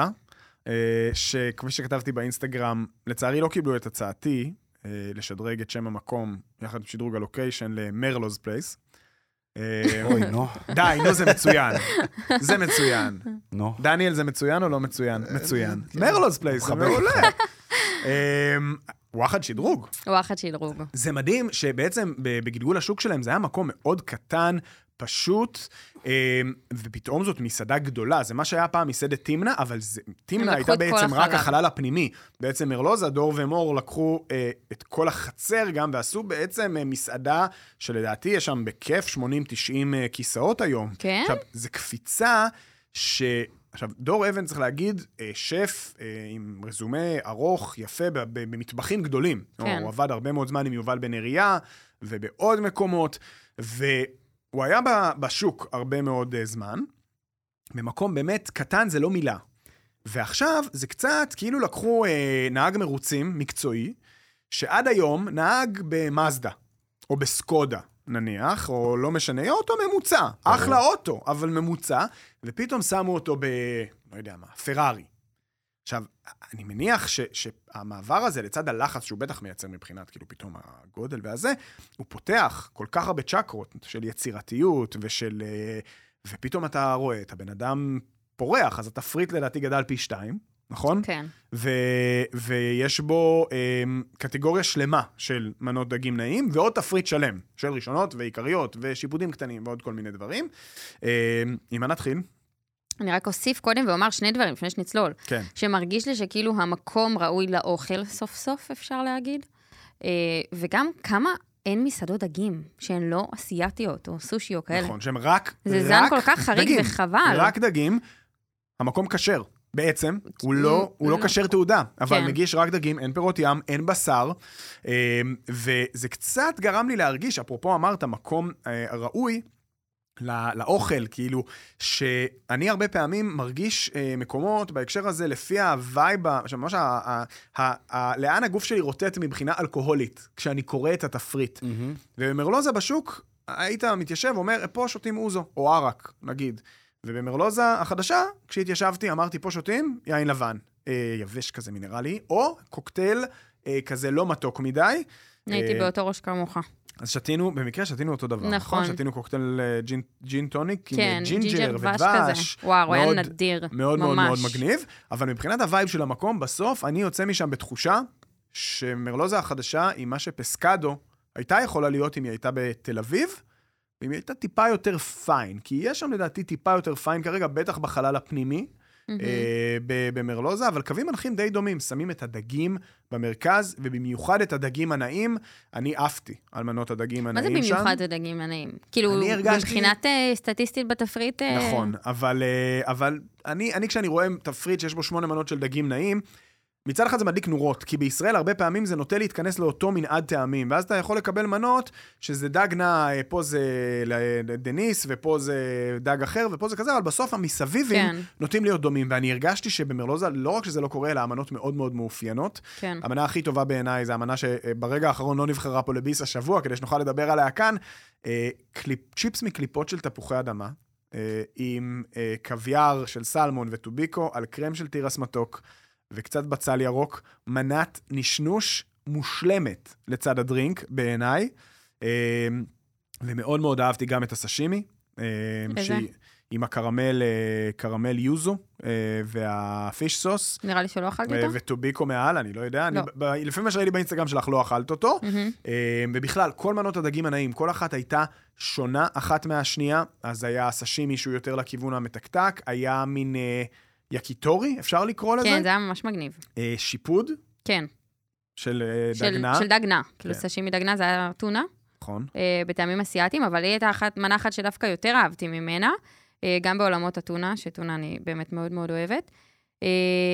שכפי שכתבתי באינסטגרם, לצערי לא קיבלו את הצעתי, לשדרג את שם המקום, יחד עם שדרוג הלוקיישן למרלוז פלייס. אוי, נו. די, נו, זה מצוין. זה מצוין. נו. דניאל, זה מצוין או לא מצוין? מצוין. מרלוז פלייס, זה מעולה. וואחד שדרוג. וואחד שדרוג. זה מדהים שבעצם בגלגול השוק שלהם זה היה מקום מאוד קטן, פשוט, ופתאום זאת מסעדה גדולה. זה מה שהיה פעם מסעדת תימנה, אבל תימנה הייתה בעצם רק החלל הפנימי. בעצם מרלוזה, דור ומור לקחו את כל החצר גם, ועשו בעצם מסעדה שלדעתי יש שם בכיף שמונים תשעים כיסאות היום. כן? עכשיו, זה קפיצה ש... עכשיו, דור אבן צריך להגיד, שף עם רזומה ארוך, יפה, במטבחים גדולים. כן. הוא עבד הרבה מאוד זמן עם יובל בן אריה, ובעוד מקומות, והוא היה בשוק הרבה מאוד זמן, במקום באמת קטן זה לא מילה. ועכשיו זה קצת כאילו לקחו נהג מרוצים מקצועי, שעד היום נהג במאזדה, או בסקודה. נניח, או לא משנה, אוטו ממוצע, אחלה אוטו, אבל ממוצע, ופתאום שמו אותו ב... לא יודע מה, פרארי. עכשיו, אני מניח ש, שהמעבר הזה לצד הלחץ שהוא בטח מייצר מבחינת, כאילו פתאום הגודל והזה, הוא פותח כל כך הרבה צ'קרות של יצירתיות ושל... ופתאום אתה רואה את הבן אדם פורח, אז התפריט לדעתי גדל פי שתיים, נכון? כן. ו... ויש בו אמ, קטגוריה שלמה של מנות דגים נעים, ועוד תפריט שלם של ראשונות ועיקריות ושיפודים קטנים ועוד כל מיני דברים. אמ, אם נתחיל? אני רק אוסיף קודם ואומר שני דברים, לפני שנצלול. כן. שמרגיש לי שכאילו המקום ראוי לאוכל סוף סוף, אפשר להגיד. אה, וגם כמה אין מסעדות דגים, שהן לא אסיאטיות או סושי או כאלה. נכון, שהן רק זה רק זן כל כך חריג דגים, וחבל. רק דגים, המקום כשר. בעצם, הוא לא, הוא לא כשר תעודה, אבל כן. מגיש רק דגים, אין פירות ים, אין בשר, וזה קצת גרם לי להרגיש, אפרופו אמרת, מקום ראוי לאוכל, כאילו, שאני הרבה פעמים מרגיש מקומות בהקשר הזה, לפי הווייב, שממש, לאן הגוף שלי רוטט מבחינה אלכוהולית, כשאני קורא את התפריט. ובמרלוזה בשוק, היית מתיישב, אומר, פה שותים אוזו, או ערק, נגיד. ובמרלוזה החדשה, כשהתיישבתי, אמרתי, פה שותים, יין לבן, אה, יבש כזה מינרלי, או קוקטייל אה, כזה לא מתוק מדי. הייתי אה, באותו ראש כמוך. אז שתינו, במקרה שתינו אותו דבר, נכון. שתינו קוקטייל אה, ג'ין, ג'ין טוניק, כן, עם ג'ינג'ר ודבש. כזה. וואו, הוא היה נדיר, מאוד ממש. מאוד מאוד מגניב, אבל מבחינת הווייב של המקום, בסוף אני יוצא משם בתחושה, שמרלוזה החדשה, עם מה שפסקדו, הייתה יכולה להיות אם היא הייתה בתל אביב, אם היא הייתה טיפה יותר פיין, כי יש שם לדעתי טיפה יותר פיין כרגע, בטח בחלל הפנימי, במרלוזה, אבל קווים מנחים די דומים, שמים את הדגים במרכז, ובמיוחד את הדגים הנעים, אני עפתי על מנות הדגים הנעים שם. מה זה במיוחד את הדגים הנעים? כאילו, מבחינת סטטיסטית בתפריט... נכון, אבל אני כשאני רואה תפריט שיש בו שמונה מנות של דגים נעים, מצד אחד זה מדליק נורות, כי בישראל הרבה פעמים זה נוטה להתכנס לאותו מנעד טעמים, ואז אתה יכול לקבל מנות שזה דג נע, פה זה דניס, ופה זה דג אחר, ופה זה כזה, אבל בסוף המסביבים כן. נוטים להיות דומים, ואני הרגשתי שבמרלוזה, לא רק שזה לא קורה, אלא המנות מאוד מאוד מאופיינות. כן. המנה הכי טובה בעיניי, זה המנה שברגע האחרון לא נבחרה פה לביס השבוע, כדי שנוכל לדבר עליה כאן, קליפ, צ'יפס מקליפות של תפוחי אדמה, עם קוויאר של סלמון וטוביקו, על קרם של תירס מתוק, וקצת בצל ירוק, מנת נשנוש מושלמת לצד הדרינק בעיניי, ומאוד מאוד אהבתי גם את הסשימי, שהיא עם הקרמל, קרמל יוזו, והפיש סוס. נראה לי שלא אכלתי אותו. וטוביקו מעל, אני לא יודע. לפעמים מה שראיתי באינסטגרם שלך לא אכלת אותו. ובכלל, כל מנות הדגים הנעים, כל אחת הייתה שונה אחת מהשנייה, אז היה סשימי שהוא יותר לכיוון המתקתק, היה מין... יקיטורי, אפשר לקרוא לזה? כן, זה היה ממש מגניב. אה, שיפוד? כן. של אה, דגנה? של דגנה. כן. כאילו סשימי דגנה זה היה טונה. נכון. אה, בטעמים אסיאטיים, אבל היא הייתה אחת, מנה אחת שדווקא יותר אהבתי ממנה, אה, גם בעולמות הטונה, שטונה אני באמת מאוד מאוד אוהבת, אה,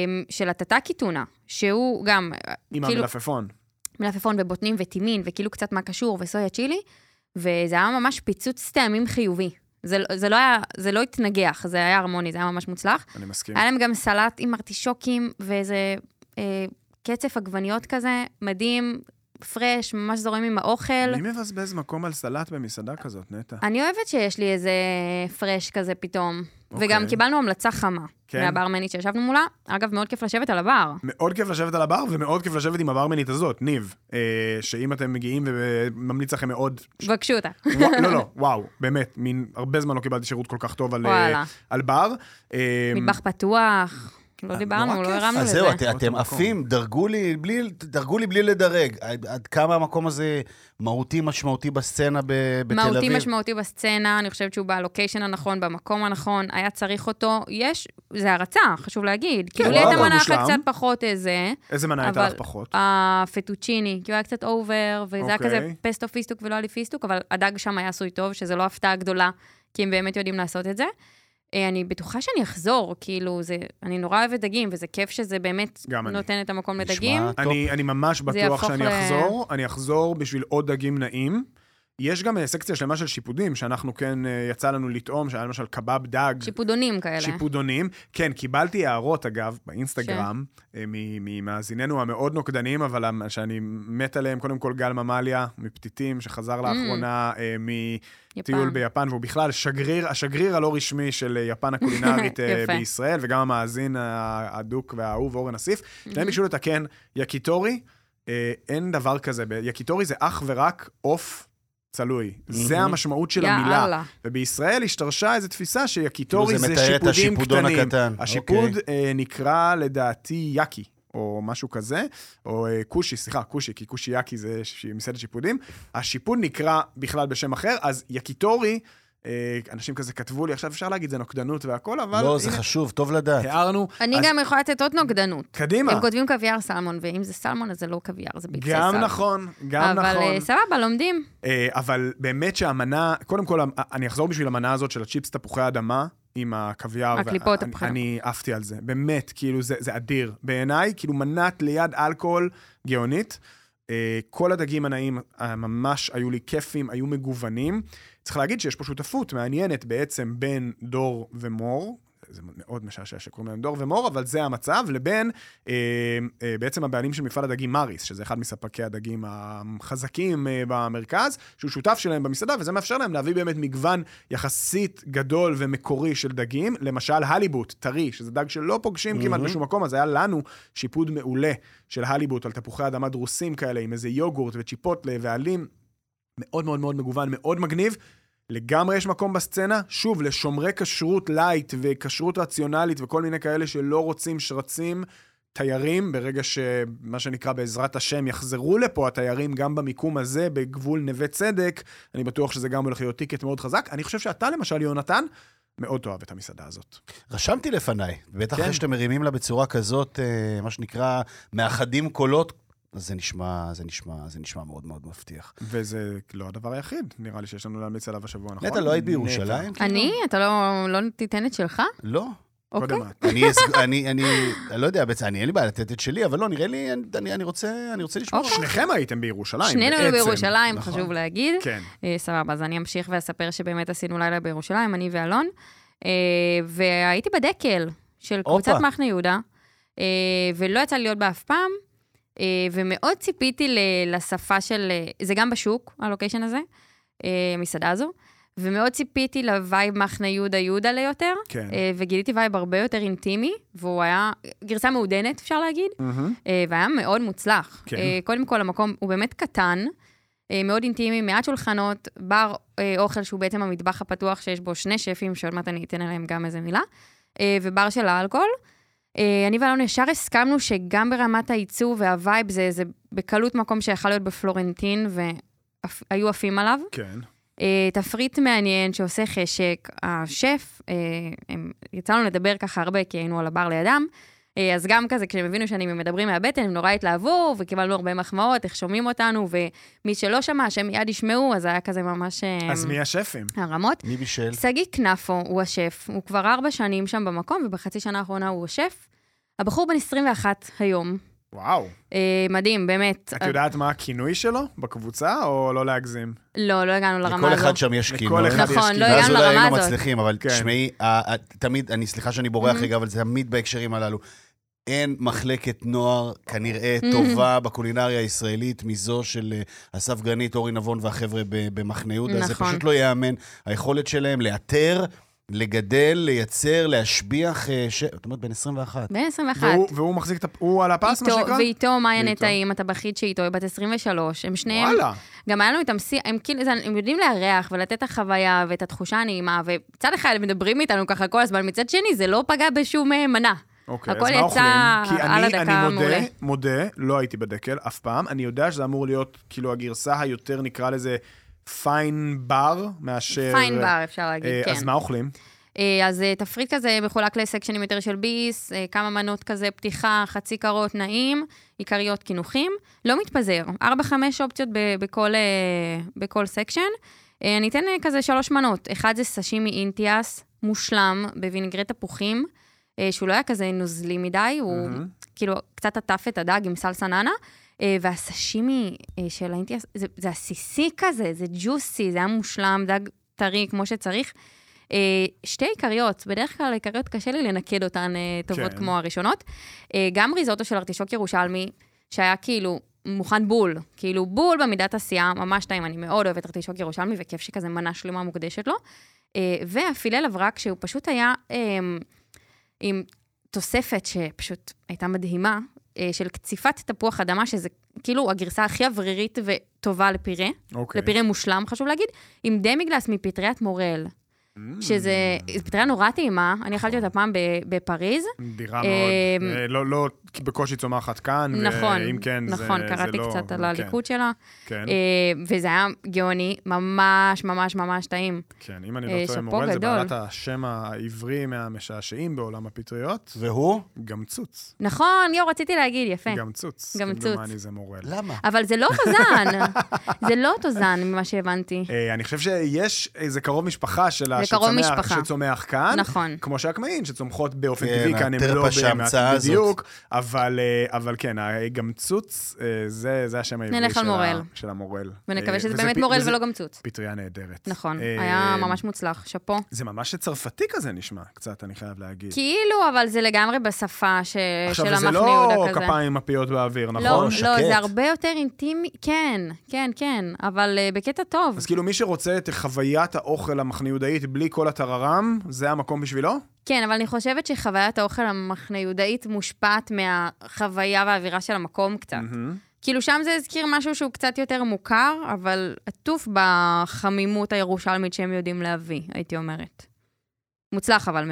של הטטקי טונה, שהוא גם... עם כאילו, המלפפון. מלפפון ובוטנים וטימין, וכאילו קצת מה קשור וסויה צ'ילי, וזה היה ממש פיצוץ טעמים חיובי. זה, זה, לא היה, זה לא התנגח, זה היה הרמוני, זה היה ממש מוצלח. אני מסכים. היה להם גם סלט עם ארטישוקים, ואיזה אה, קצף עגבניות כזה, מדהים, פרש, ממש זורם עם האוכל. מי מבזבז מקום על סלט במסעדה כזאת, נטע? אני אוהבת שיש לי איזה פרש כזה פתאום. Okay. וגם קיבלנו המלצה חמה. כן. מהברמנית שישבנו מולה. אגב, מאוד כיף לשבת על הבר. מאוד כיף לשבת על הבר, ומאוד כיף לשבת עם הברמנית הזאת, ניב. אה, שאם אתם מגיעים וממליץ לכם מאוד... בקשו אותה. ווא, לא, לא, וואו, באמת. מין, הרבה זמן לא קיבלתי שירות כל כך טוב על, על בר. אה, מטבח פתוח. לא דיברנו, לא הרמנו לזה. אז זהו, אתם עפים, דרגו לי בלי, דרגו לי בלי לדרג. עד כמה המקום הזה מהותי משמעותי בסצנה בתל אביב? מהותי משמעותי בסצנה, אני חושבת שהוא בלוקיישן הנכון, במקום הנכון, היה צריך אותו. יש, זה הרצה, חשוב להגיד. כאילו לי הייתה מנה אחת קצת פחות איזה. איזה מנה הייתה לך פחות? הפטוצ'יני, כי הוא היה קצת אובר, וזה היה כזה פסטו פיסטוק ולא היה לי פיסטוק, אבל הדג שם היה עשוי טוב, שזה לא הפתעה גדולה, כי הם באמת יודעים לעשות את זה. אני בטוחה שאני אחזור, כאילו, זה, אני נורא אוהבת דגים, וזה כיף שזה באמת נותן את המקום לדגים. אני, אני ממש בטוח שאני ל... אחזור, אני אחזור בשביל עוד דגים נעים. יש גם סקציה שלמה של שיפודים, שאנחנו כן, יצא לנו לטעום, שהיה למשל קבב דג. שיפודונים כאלה. שיפודונים. כן, קיבלתי הערות, אגב, באינסטגרם, ש... ממאזיננו המאוד נוקדנים, אבל שאני מת עליהם, קודם כל גל ממליה, מפתיתים, שחזר לאחרונה mm. מטיול ביפן, והוא בכלל שגריר, השגריר הלא רשמי של יפן הקולינרית בישראל, וגם המאזין הדוק והאהוב אורן אסיף. להם ביקשו לתקן, יקיטורי, אין דבר כזה. יקיטורי זה אך ורק אוף צלוי. זה המשמעות של המילה. ובישראל השתרשה איזו תפיסה שיקיטורי זה שיפודים קטנים. השיפוד נקרא לדעתי יאקי, או משהו כזה, או קושי, סליחה, קושי, כי קושי יאקי זה מסעדת שיפודים. השיפוד נקרא בכלל בשם אחר, אז יקיטורי, אנשים כזה כתבו לי, עכשיו אפשר להגיד, זה נוקדנות והכל, אבל... לא, זה חשוב, טוב לדעת. הערנו... אני גם יכולה לתת עוד נוקדנות. קדימה. הם כותבים קוויאר סלמון, ואם זה סלמון, אז זה לא קוויאר, זה ביצי סלמון. גם נכון, גם נכון. אבל סבבה, לומדים. אבל באמת שהמנה, קודם כל, אני אחזור בשביל המנה הזאת של הצ'יפס תפוחי האדמה, עם הקוויאר. הקליפות תפוחי. אני עפתי על זה, באמת, כאילו, זה אדיר. בעיניי, כאילו, מנת ליד אלכוהול גאונית. כל הדגים הנעים ממש היו לי כיפים, היו מגוונים. צריך להגיד שיש פה שותפות מעניינת בעצם בין דור ומור, זה מאוד משעשע שקוראים להם דור ומור, אבל זה המצב, לבין אה, אה, בעצם הבעלים של מפעל הדגים מריס, שזה אחד מספקי הדגים החזקים אה, במרכז, שהוא שותף שלהם במסעדה, וזה מאפשר להם להביא באמת מגוון יחסית גדול ומקורי של דגים, למשל הליבוט, טרי, שזה דג שלא פוגשים mm-hmm. כמעט בשום מקום, אז היה לנו שיפוד מעולה של הליבוט על תפוחי אדמה דרוסים כאלה, עם איזה יוגורט וצ'יפוטלה ועלים, מאוד מאוד מאוד מגוון, מאוד מגניב, לגמרי יש מקום בסצנה, שוב, לשומרי כשרות לייט וכשרות רציונלית וכל מיני כאלה שלא רוצים שרצים, תיירים, ברגע שמה שנקרא בעזרת השם יחזרו לפה, התיירים גם במיקום הזה, בגבול נווה צדק, אני בטוח שזה גם הולך להיות טיקט מאוד חזק. אני חושב שאתה למשל, יונתן, מאוד תאהב את המסעדה הזאת. רשמתי לפניי, בטח כן. אחרי שאתם מרימים לה בצורה כזאת, מה שנקרא, מאחדים קולות, אז זה נשמע, זה נשמע, זה נשמע מאוד מאוד מבטיח. וזה לא הדבר היחיד, נראה לי שיש לנו להמליץ עליו השבוע, נכון? נטע, לא היית בירושלים? אני? אתה לא, לא תיתן את שלך? לא. אוקיי. קודם את. אני, אני, אני, אני לא יודע, בעצם, אני אין לי בעיה לתת את שלי, אבל לא, נראה לי, אני, אני רוצה, אני רוצה לשמוע. שניכם הייתם בירושלים, שנינו בעצם. בירושלים, נכון. חשוב להגיד. כן. אה, סבבה, אז אני אמשיך ואספר שבאמת עשינו לילה בירושלים, אני ואלון, אה, והייתי בדקל של קבוצת אופה. מחנה יהודה, אה, ולא יצא לי להיות בה אף פעם, אה, ומאוד ציפיתי ל- לשפה של, זה גם בשוק, הלוקיישן הזה, אה, המסעדה הזו, ומאוד ציפיתי לווייב מחנה יהודה יהודה ליותר, כן. אה, וגיליתי וייב הרבה יותר אינטימי, והוא היה גרסה מעודנת, אפשר להגיד, מהמם. אה, והיה מאוד מוצלח. כן. אה, קודם כל, המקום הוא באמת קטן, אה, מאוד אינטימי, מעט שולחנות, בר אה, אוכל שהוא בעצם המטבח הפתוח, שיש בו שני שפים, שעוד מעט אני אתן עליהם גם איזה מילה, אה, ובר של האלכוהול. אה, אני ואלון ישר הסכמנו שגם ברמת העיצוב והווייב, זה, זה בקלות מקום שיכל להיות בפלורנטין, והיו עפים עליו. כן. אה, תפריט מעניין שעושה חשק, השף, אה, הם, יצאנו לדבר ככה הרבה, כי היינו על הבר לידם, אה, אז גם כזה, כשהם הבינו שאני מדברים מהבטן, הם נורא התלהבו, וקיבלנו הרבה מחמאות, איך שומעים אותנו, ומי שלא שמע, שהם מיד ישמעו, אז היה כזה ממש... אה, אז מי השפים? הרמות. מי בישל? סגי כנפו הוא השף, הוא כבר ארבע שנים שם במקום, ובחצי שנה האחרונה הוא השף. הבחור בן עשרים ואחת היום. וואו. אה, מדהים, באמת. את יודעת מה הכינוי שלו בקבוצה, או לא להגזים? לא, לא הגענו לרמה לכל הזו. אחד שם יש לכל כינוי. אחד יש נכון, כינוי. לא ואז הגענו אולי לרמה היינו הזאת. מצליחים, אבל כן. תשמעי, ה- ה- תמיד, אני סליחה שאני בורח רגע, אבל זה תמיד בהקשרים הללו. אין מחלקת נוער כנראה טובה בקולינריה הישראלית מזו של אה, אסף גרנית, אורי נבון והחבר'ה ב- במחנה יהודה. זה נכון. פשוט לא יאמן. היכולת שלהם לאתר, לגדל, לייצר, להשביח, אה, ש... זאת אומרת, בין עשרים ואחת. בן עשרים ואחת. והוא, והוא מחזיק את הפ... הוא על הפס, מה איתו, שנקרא? ואיתו מאיה ואיתו. נטעים, הטבחית שאיתו, היא בת עשרים ושלוש, הם שניהם, וואלה. גם היה לנו איתם שיא, הם כאילו, זה- הם יודעים לארח ולתת את החוויה ואת התחושה הנעימה, וצד אחד הם מדברים איתנו ככה כל הזמן, מצד שני זה לא פגע בשום אה, מנה. אוקיי, הכל אז מה יצא אוכלים? כי על אני, הדקה אני מעולה. מודה, מודה, לא הייתי בדקל אף פעם. אני יודע שזה אמור להיות כאילו הגרסה היותר, נקרא לזה, פיין בר, מאשר... פיין בר, אפשר להגיד, אה, כן. אז מה אוכלים? אה, אז אה, תפריט כזה מחולק לסקשנים יותר של ביס, אה, כמה מנות כזה פתיחה, חצי קרות נעים, עיקריות קינוחים, לא מתפזר, ארבע, חמש אופציות ב- בכל, אה, בכל סקשן. אה, אני אתן אה, כזה שלוש מנות, אחד זה סשימי אינטיאס, מושלם, בווינגרט תפוחים, אה, שהוא לא היה כזה נוזלי מדי, הוא מהמם. כאילו קצת עטף את הדג עם סלסה נאנה, אה, והסשימי אה, של האינטיאס, זה, זה עסיסי כזה, זה ג'וסי, זה היה מושלם, דג טרי כמו שצריך. אה, שתי עיקריות, בדרך כלל עיקריות קשה לי לנקד אותן אה, טובות כן. כמו הראשונות. אה, גם ריזוטו של ארטישוק ירושלמי, שהיה כאילו מוכן בול, כאילו בול במידת עשייה, ממש טעים, אני מאוד אוהבת ארטישוק ירושלמי, וכיף שכזה מנה שלמה מוקדשת לו. אה, והפילל אברק, שהוא פשוט היה אה, עם תוספת שפשוט הייתה מדהימה, אה, של קציפת תפוח אדמה, שזה כאילו הגרסה הכי אוורירית וטובה לפירה, אוקיי. לפירה מושלם, חשוב להגיד, עם דמיגלס מפטריית מורל. שזה פטריה נורא טעימה, אני אכלתי אותה פעם בפריז. דירה מאוד, אה, לא, לא, בקושי צומחת כאן, נכון, ואם כן, זה, נכון, זה קראתי לא... קצת על כן, הליקוד שלה, כן, אה, וזה היה גאוני, ממש ממש ממש טעים. כן, אם אני אה, לא טועה, שאפו מורל זה גדול. בעלת השם העברי מהמשעשעים בעולם הפטריות, והוא? גמצוץ. נכון, יו, רציתי להגיד, יפה. גמצוץ. גמצוץ. כמדומני זה מורל. למה? אבל זה לא אותו זן, זה לא אותו זן ממה שהבנתי. אה, אני חושב שיש איזה קרוב משפחה שלה זה קרוב שצומח- משפחה. שצומח כאן, נכון. כמו שהקמעין, שצומחות באופן כן, טבעי כאן, הם הטרפה לא שההמצאה הזאת. בדיוק, אבל אה, אבל כן, הגמצוץ, אה, זה זה השם העברי נלך על של ה- מורל. של המורל. ונקווה אה, שזה וזה באמת פ- מורל וזה ולא גמצוץ. פטריה נהדרת. נכון, אה, היה ממש מוצלח, שאפו. זה ממש צרפתי כזה נשמע, קצת, אני חייב להגיד. כאילו, אבל זה לגמרי בשפה ש- עכשיו, של וזה המחנה לא יהודה כזה. כפיים מפיות באוויר, נכון? לא, שקט. לא, זה הרבה יותר אינטימי, כן, כן, כן, אבל uh, בקטע טוב. אז כאילו, מי שרוצה את חוויית האוכל המחנה-יהודאית בלי כל הטררם, זה המקום בשבילו? כן, אבל אני חושבת שחוויית האוכל המחנה יהודאית מושפעת מהחוויה והאווירה של המקום קצת. מהמם. כאילו שם זה הזכיר משהו שהוא קצת יותר מוכר, אבל עטוף בחמימות הירושלמית שהם יודעים להביא, הייתי אומרת. מוצלח אבל מאוד.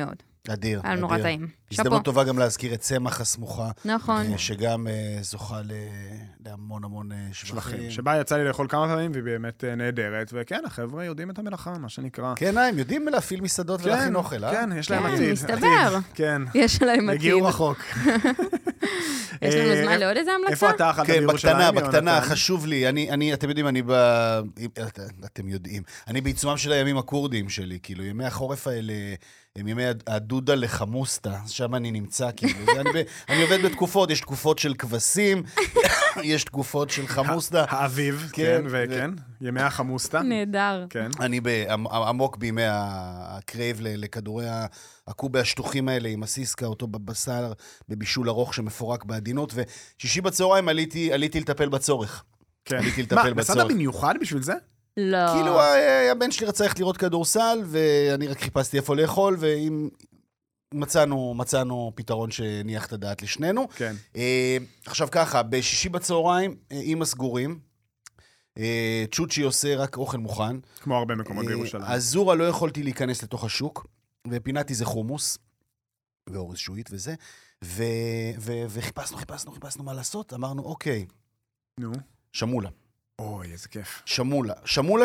אדיר, היה נורא טעים. הזדמנות טובה גם להזכיר את צמח הסמוכה. נכון. שגם זוכה להמון המון שבחים. שבה יצא לי לאכול כמה פעמים, והיא באמת נהדרת, וכן, החבר'ה יודעים את המלאכה, מה שנקרא. כן, הם יודעים להפעיל מסעדות ולהכין אוכל, אה? כן, יש להם עתיד. כן, מסתבר. כן. יש להם עתיד. הגיעו רחוק. יש לנו זמן לעוד איזה המלצה? איפה אתה אכלת בירושלים? כן, בקטנה, בקטנה, חשוב לי. אני, אתם יודעים, אני ב... אתם יודעים. אני בעיצומם של הימים הקורדים שלי, כאילו, ימי החורף האלה... הם ימי הדודה לחמוסטה, שם אני נמצא, כאילו. אני, ב, אני עובד בתקופות, יש תקופות של כבשים, יש תקופות של חמוסטה. האביב, כן, וכן, ימי החמוסטה. נהדר. כן. אני עמוק בימי הקרייב לכדורי הקובה השטוחים האלה, עם הסיסקה, אותו בבשר, בבישול ארוך שמפורק בעדינות, ושישי בצהריים עליתי, עליתי לטפל בצורך. כן. עליתי לטפל בצורך. מה, נסעת במיוחד בשביל זה? לא. כאילו, הבן שלי רצה ללכת לראות כדורסל, ואני רק חיפשתי איפה לאכול, ואם מצאנו, מצאנו פתרון שניח את הדעת לשנינו. כן. עכשיו ככה, בשישי בצהריים, עם הסגורים, צ'וצ'י עושה רק אוכל מוכן. כמו הרבה מקומות בירושלים. הזורה לא יכולתי להיכנס לתוך השוק, ופינתי זה חומוס, ואורז שועית וזה, וחיפשנו, חיפשנו, חיפשנו מה לעשות, אמרנו, אוקיי, נו. שמולה. אוי, איזה כיף. שמולה. שמולה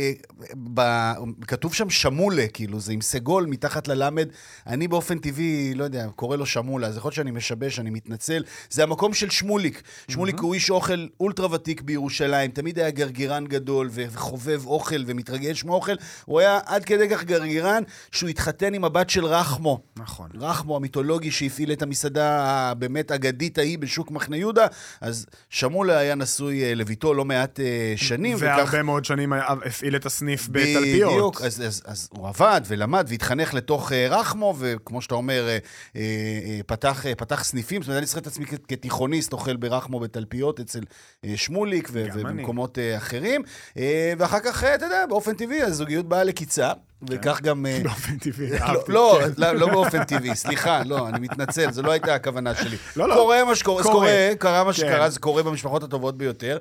שכתוב שם שמולה, כאילו, זה עם סגול מתחת ללמד. אני באופן טבעי, לא יודע, קורא לו שמולה, אז יכול להיות שאני משבש, אני מתנצל. זה המקום של שמוליק. שמוליק הוא איש אוכל אולטרה ותיק בירושלים, תמיד היה גרגירן גדול וחובב אוכל ומתרגש מאוכל. הוא היה עד כדי כך גרגירן שהוא התחתן עם הבת של רחמו. נכון. רחמו המיתולוגי שהפעיל את המסעדה הבאמת אגדית ההיא בשוק מחנה יהודה, אז שמולה היה נשוי לביתו לא מעט שנים. והרבה וכך... מאוד שנים הפעיל את הסניף בתלפיות. בדיוק, אז, אז, אז הוא עבד ולמד והתחנך לתוך uh, רחמו, וכמו שאתה אומר, uh, uh, פתח, uh, פתח סניפים. זאת אומרת, אני צריך את עצמי כ- כתיכוניסט, אוכל ברחמו בתלפיות אצל uh, שמוליק ו- ובמקומות uh, אחרים. Uh, ואחר כך, uh, אתה יודע, באופן טבעי, הזוגיות באה לקיצה. וכך גם... באופן טבעי. לא, לא באופן טבעי, סליחה, לא, אני מתנצל, זו לא הייתה הכוונה שלי. לא, לא. קורה מה שקורה, קורה, קרה מה שקרה, זה קורה במשפחות הטובות ביותר.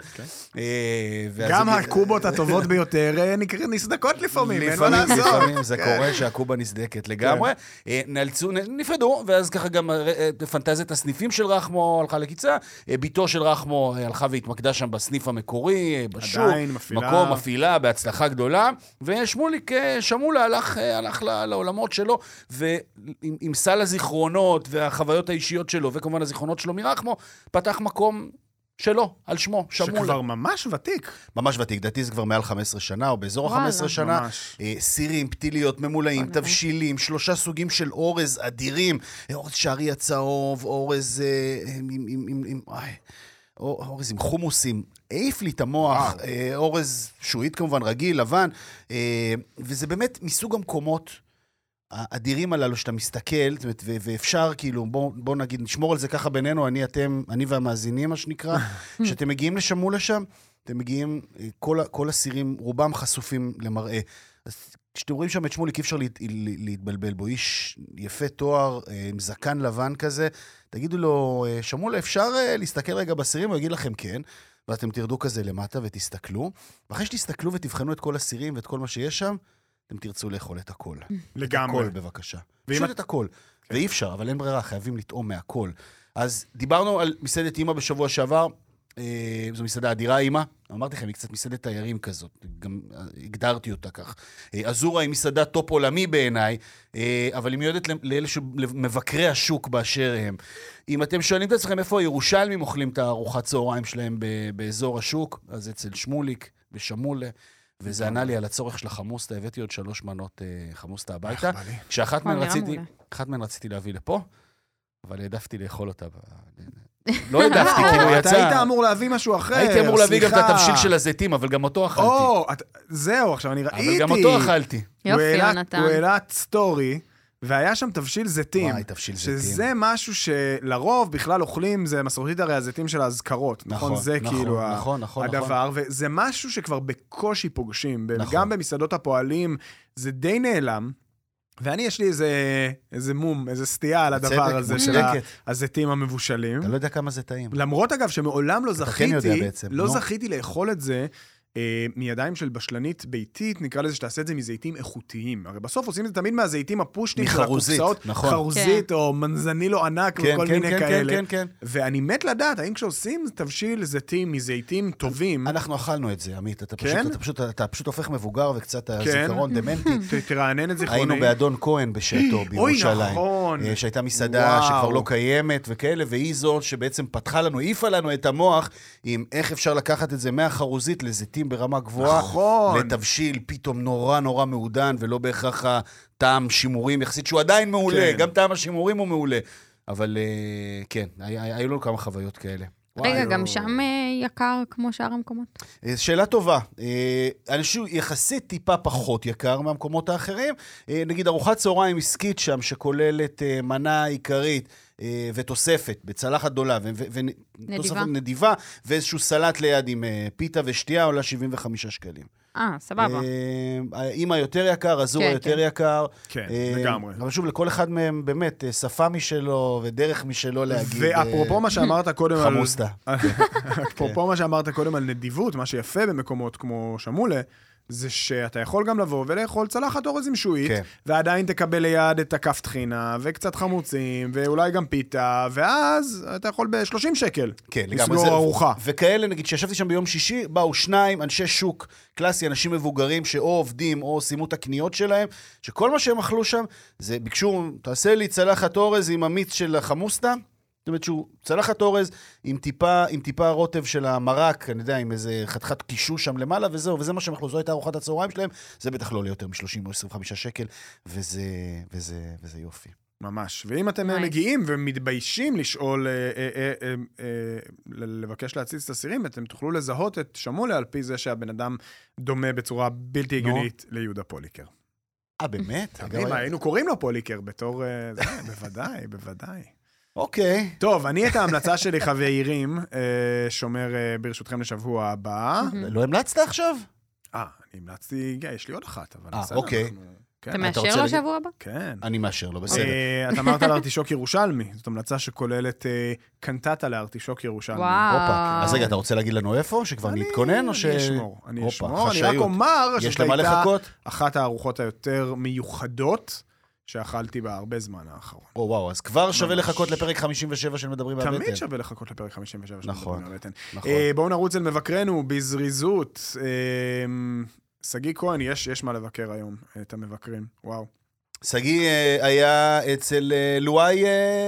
גם הקובות הטובות ביותר נסדקות לפעמים, אין מה לעשות. לפעמים זה קורה שהקובה נסדקת לגמרי. נאלצו, נפרדו, ואז ככה גם פנטזיית הסניפים של רחמו הלכה לקיצה, ביתו של רחמו הלכה והתמקדה שם בסניף המקורי, בשוק, מקום, מפעילה, בהצלחה גדולה, ושמוליק שמול הלך, הלך לעולמות שלו, ועם עם סל הזיכרונות והחוויות האישיות שלו, וכמובן הזיכרונות שלו מרחמו, פתח מקום שלו, על שמו, שמולה. שכבר ממש ותיק. ממש ותיק, דעתי זה כבר מעל חמש עשרה שנה, או באזור ה-חמש עשרה שנה. ממש. סירים, פתיליות, ממולאים, תבשילים, שלושה סוגים של אורז אדירים, אורז שערי הצהוב, אורז עם... עם, עם, עם אורז עם חומוסים, העיף לי את המוח, אורז שועית כמובן, רגיל, לבן, וזה באמת מסוג המקומות האדירים הללו שאתה מסתכל, ואפשר כאילו, בוא, בוא נגיד, נשמור על זה ככה בינינו, אני, אתם, אני והמאזינים, מה שנקרא, שאתם מגיעים לשמול לשם, אתם מגיעים, כל, כל הסירים, רובם חשופים למראה. אז כשאתם רואים שם את שמוליק, אי אפשר להת, להתבלבל בו, איש יפה תואר, עם זקן לבן כזה, תגידו לו, שמולה, אפשר להסתכל רגע בסירים? הוא יגיד לכם כן, ואתם תרדו כזה למטה ותסתכלו, ואחרי שתסתכלו ותבחנו את כל הסירים ואת כל מה שיש שם, אתם תרצו לאכול את הכל. לגמרי. את הכל, בבקשה. פשוט את הכל. ואי אפשר, אבל אין ברירה, חייבים לטעום מהכל. אז דיברנו על מסעדת אימא בשבוע שעבר, זו מסעדה אדירה, אימא. אמרתי לכם, היא קצת מסעדת תיירים כזאת, גם הגדרתי אותה כך. אזורה היא מסעדה טופ עולמי בעיניי, אבל היא מיועדת לאלה שמבקרי השוק באשר הם. אם אתם שואלים את עצמכם איפה הירושלמים אוכלים את הארוחת צהריים שלהם באזור השוק, אז אצל שמוליק ושמולה, וזה ענה לי על הצורך של החמוסטה, הבאתי עוד שלוש מנות חמוסטה הביתה, כשאחת מהן רציתי, אחת מהן רציתי להביא לפה, אבל העדפתי לאכול אותה. לא העדפתי, כאילו יצא... אתה היית אמור להביא משהו אחר, הייתי אמור להביא גם את התבשיל של הזיתים, אבל גם אותו אכלתי. זהו, עכשיו אני ראיתי. אבל גם אותו אכלתי. יופי, יונתן. הוא העלה סטורי, והיה שם תבשיל זיתים. וואי, תבשיל זיתים. שזה משהו שלרוב בכלל אוכלים, זה מסורתית הרי הזיתים של ההזכרות. נכון, זה כאילו הדבר, וזה משהו שכבר בקושי פוגשים, גם במסעדות הפועלים, זה די נעלם. ואני יש לי איזה, איזה מום, איזה סטייה על הדבר הזה של הזיתים המבושלים. אתה לא יודע כמה זה טעים. למרות אגב שמעולם לא זכיתי, לא זכיתי לאכול את זה מידיים של בשלנית ביתית, נקרא לזה שתעשה את זה מזיתים איכותיים. הרי בסוף עושים את זה תמיד מהזיתים הפושטים של הקופסאות, נכון. חרוזית או מנזנילו ענק כן, וכל כן, מיני כן, כאלה. כן, כן, כן. ואני מת לדעת, האם כשעושים תבשיל זיתים מזיתים טובים... אנחנו אכלנו את זה, עמית. אתה כן? פשוט, אתה פשוט, אתה פשוט הופך מבוגר וקצת הזיכרון דמנטי. תרענן את זיכרוני. היינו באדון כהן בשעתו בירושלים. אוי, נכון. שהייתה מסעדה שכבר לא קיימת וכאלה, והיא זאת שבעצם פתחה לנו, העיפה לנו את המוח עם איך אפשר לקחת את זה מהחרוזית לזיתים ברמה גבוהה. נכון. לתבשיל פתאום נורא נורא מעודן, ולא בהכרח טעם שימורים יחסית, שהוא עדיין מעולה, כן. גם טעם השימורים הוא מעולה. אבל כן, היו לנו כמה חוויות כאלה. רגע, גם שם יקר כמו שאר המקומות? שאלה טובה. אני חושב יחסית טיפה פחות יקר מהמקומות האחרים. נגיד ארוחת צהריים עסקית שם, שכוללת מנה עיקרית ותוספת בצלחת גדולה, ותוספת נדיבה, ואיזשהו סלט ליד עם פיתה ושתייה, עולה שבעים וחמישה שקלים. אה, סבבה. אמא יותר יקר, הזור יותר יקר. כן, לגמרי. אבל שוב, לכל אחד מהם באמת שפה משלו ודרך משלו להגיד... ואפרופו מה שאמרת קודם על... חמוסטה. אפרופו מה שאמרת קודם על נדיבות, מה שיפה במקומות כמו שמולה, זה שאתה יכול גם לבוא ולאכול צלחת אורז עם שועית, כן. ועדיין תקבל ליד את הכף טחינה, וקצת חמוצים, ואולי גם פיתה, ואז אתה יכול ב-שלושים שקל. כן, לגמרי. לסגור ארוחה. וכאלה, נגיד, שישבתי שם ביום שישי, באו שניים, אנשי שוק קלאסי, אנשים מבוגרים שאו עובדים או סיימו את הקניות שלהם, שכל מה שהם אכלו שם, זה ביקשו, תעשה לי צלחת אורז עם המיץ של החמוסטה, זאת אומרת שהוא צלחת אורז עם טיפה, עם טיפה רוטב של המרק, אני יודע, עם איזה חתיכת קישוש שם למעלה, וזהו, וזה מה שהם אכלו, זו הייתה ארוחת הצהריים שלהם, זה בטח לא ליותר מ-שלושים או עשרים וחמישה שקל, וזה, וזה, וזה יופי. ממש. ואם אתם nice. מגיעים ומתביישים לשאול, אה, אה, אה, אה, לבקש להציץ את הסירים, אתם תוכלו לזהות את שמולה על פי זה שהבן אדם דומה בצורה בלתי הגיונית no. ליהודה פוליקר. אה, באמת? תמיד, היינו קוראים לו פוליקר בתור... זה, בוודאי, בוודאי. אוקיי. טוב, אני את ההמלצה שלי, חברים, שומר ברשותכם לשבוע הבא. לא המלצת עכשיו? אה, אני המלצתי, יש לי עוד אחת, אבל בסדר. אוקיי. אתה מאשר לו שבוע הבא? כן. אני מאשר לו, בסדר. אתה אמרת על ארטישוק ירושלמי, זאת המלצה שכוללת קנטטה לארטישוק ירושלמי. וואו. אז רגע, אתה רוצה להגיד לנו איפה? שכבר נתכונן או ש... אני אשמור, אני אשמור. אני רק אומר שזו הייתה אחת הארוחות היותר מיוחדות, שאכלתי בה הרבה זמן האחרון. או וואו, אז כבר שווה לחכות לפרק חמישים ושבע של מדברים מהבטן. תמיד שווה לחכות לפרק חמישים ושבע של מדברים מהבטן. נכון. בואו נרוץ אל מבקרנו בזריזות. סגי כהן, יש מה לבקר היום, את המבקרים. וואו. סגי היה אצל לואי...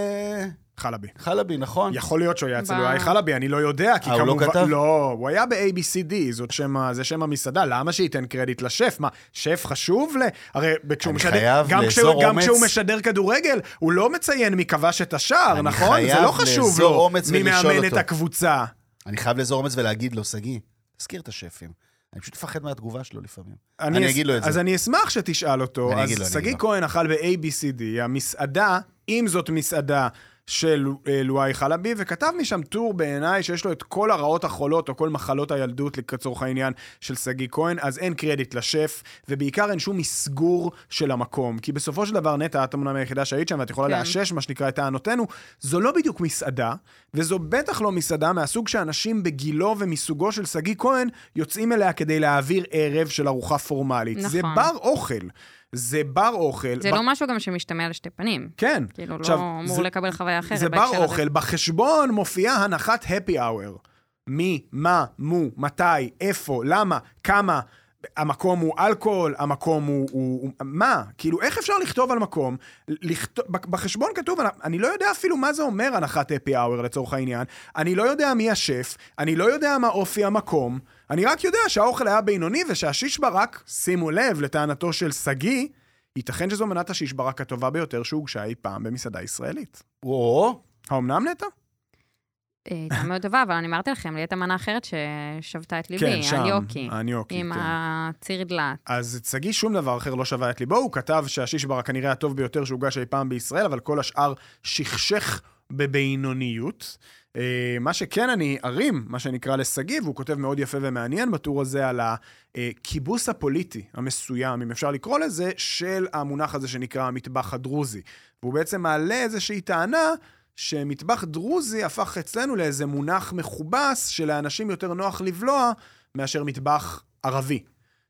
חלבי. חלבי, נכון. יכול להיות שהוא היה אצל לואי חלבי, אני לא יודע, כי כמובן... הוא לא כתב? לא, הוא היה ב-איי בי סי די, זאת שם, זה שם המסעדה, למה שייתן קרדיט לשף? מה, שף חשוב ל... הרי כשהוא משדר... גם כשהוא, גם כשהוא משדר כדורגל, הוא לא מציין מי כבש את השער, נכון? זה לא חשוב לו מי מאמן את הקבוצה. אני חייב לאזור אומץ ולהגיד לו, סגי, תזכיר את השפים. אני פשוט מפחד מהתגובה שלו לפעמים. אני, אני אגיד לו את זה. אז אני אשמח שתשאל אותו. אז לו, סגי כהן אכל ב-איי בי סי די, המסעדה, אם זאת מסעדה של לואי חלבי, וכתב משם טור בעיניי שיש לו את כל הרעות החולות, או כל מחלות הילדות לצורך העניין של סגי כהן, אז אין קרדיט לשף, ובעיקר אין שום מסגור של המקום. כי בסופו של דבר, נטע, את אמנם היחידה שהיית שם, ואת יכולה כן. לאשש מה שנקרא את טענותינו, זו לא בדיוק מסעדה, וזו בטח לא מסעדה מהסוג שאנשים בגילו ומסוגו של סגי כהן יוצאים אליה כדי להעביר ערב של ארוחה פורמלית. נכון. זה בר אוכל. זה בר אוכל. זה ב... לא משהו גם שמשתמע לשתי פנים. כן. כאילו עכשיו, לא אמור זה, לקבל חוויה אחרת. זה בר אוכל. הזה. בחשבון מופיעה הנחת happy hour. מי, מה, מו, מתי, איפה, למה, כמה. המקום הוא אלכוהול, המקום הוא, הוא, הוא... מה? כאילו, איך אפשר לכתוב על מקום? לכתוב, בחשבון כתוב, אני לא יודע אפילו מה זה אומר הנחת happy hour לצורך העניין. אני לא יודע מי השף, אני לא יודע מה אופי המקום. אני רק יודע שהאוכל היה בינוני, ושהשיש ברק, שימו לב לטענתו של סגי, ייתכן שזו מנת השיש ברק הטובה ביותר שהוגשה אי פעם במסעדה ישראלית. או, האומנם נטע? הייתה מאוד טובה, אבל אני אמרתי לכם, לי הייתה מנה אחרת ששבתה את ליבי, כן, שם, הניוקי, הניוקי, עם כן. הציר דלת. אז סגי שום דבר אחר לא שווה את ליבו, הוא כתב שהשיש ברק כנראה הטוב ביותר שהוגש אי פעם בישראל, אבל כל השאר שכשך בבינוניות. מה שכן אני ארים, מה שנקרא לסגי, והוא כותב מאוד יפה ומעניין בטור הזה על הכיבוס הפוליטי המסוים, אם אפשר לקרוא לזה, של המונח הזה שנקרא המטבח הדרוזי. והוא בעצם מעלה איזושהי טענה שמטבח דרוזי הפך אצלנו לאיזה מונח מחובס, שלאנשים יותר נוח לבלוע, מאשר מטבח ערבי.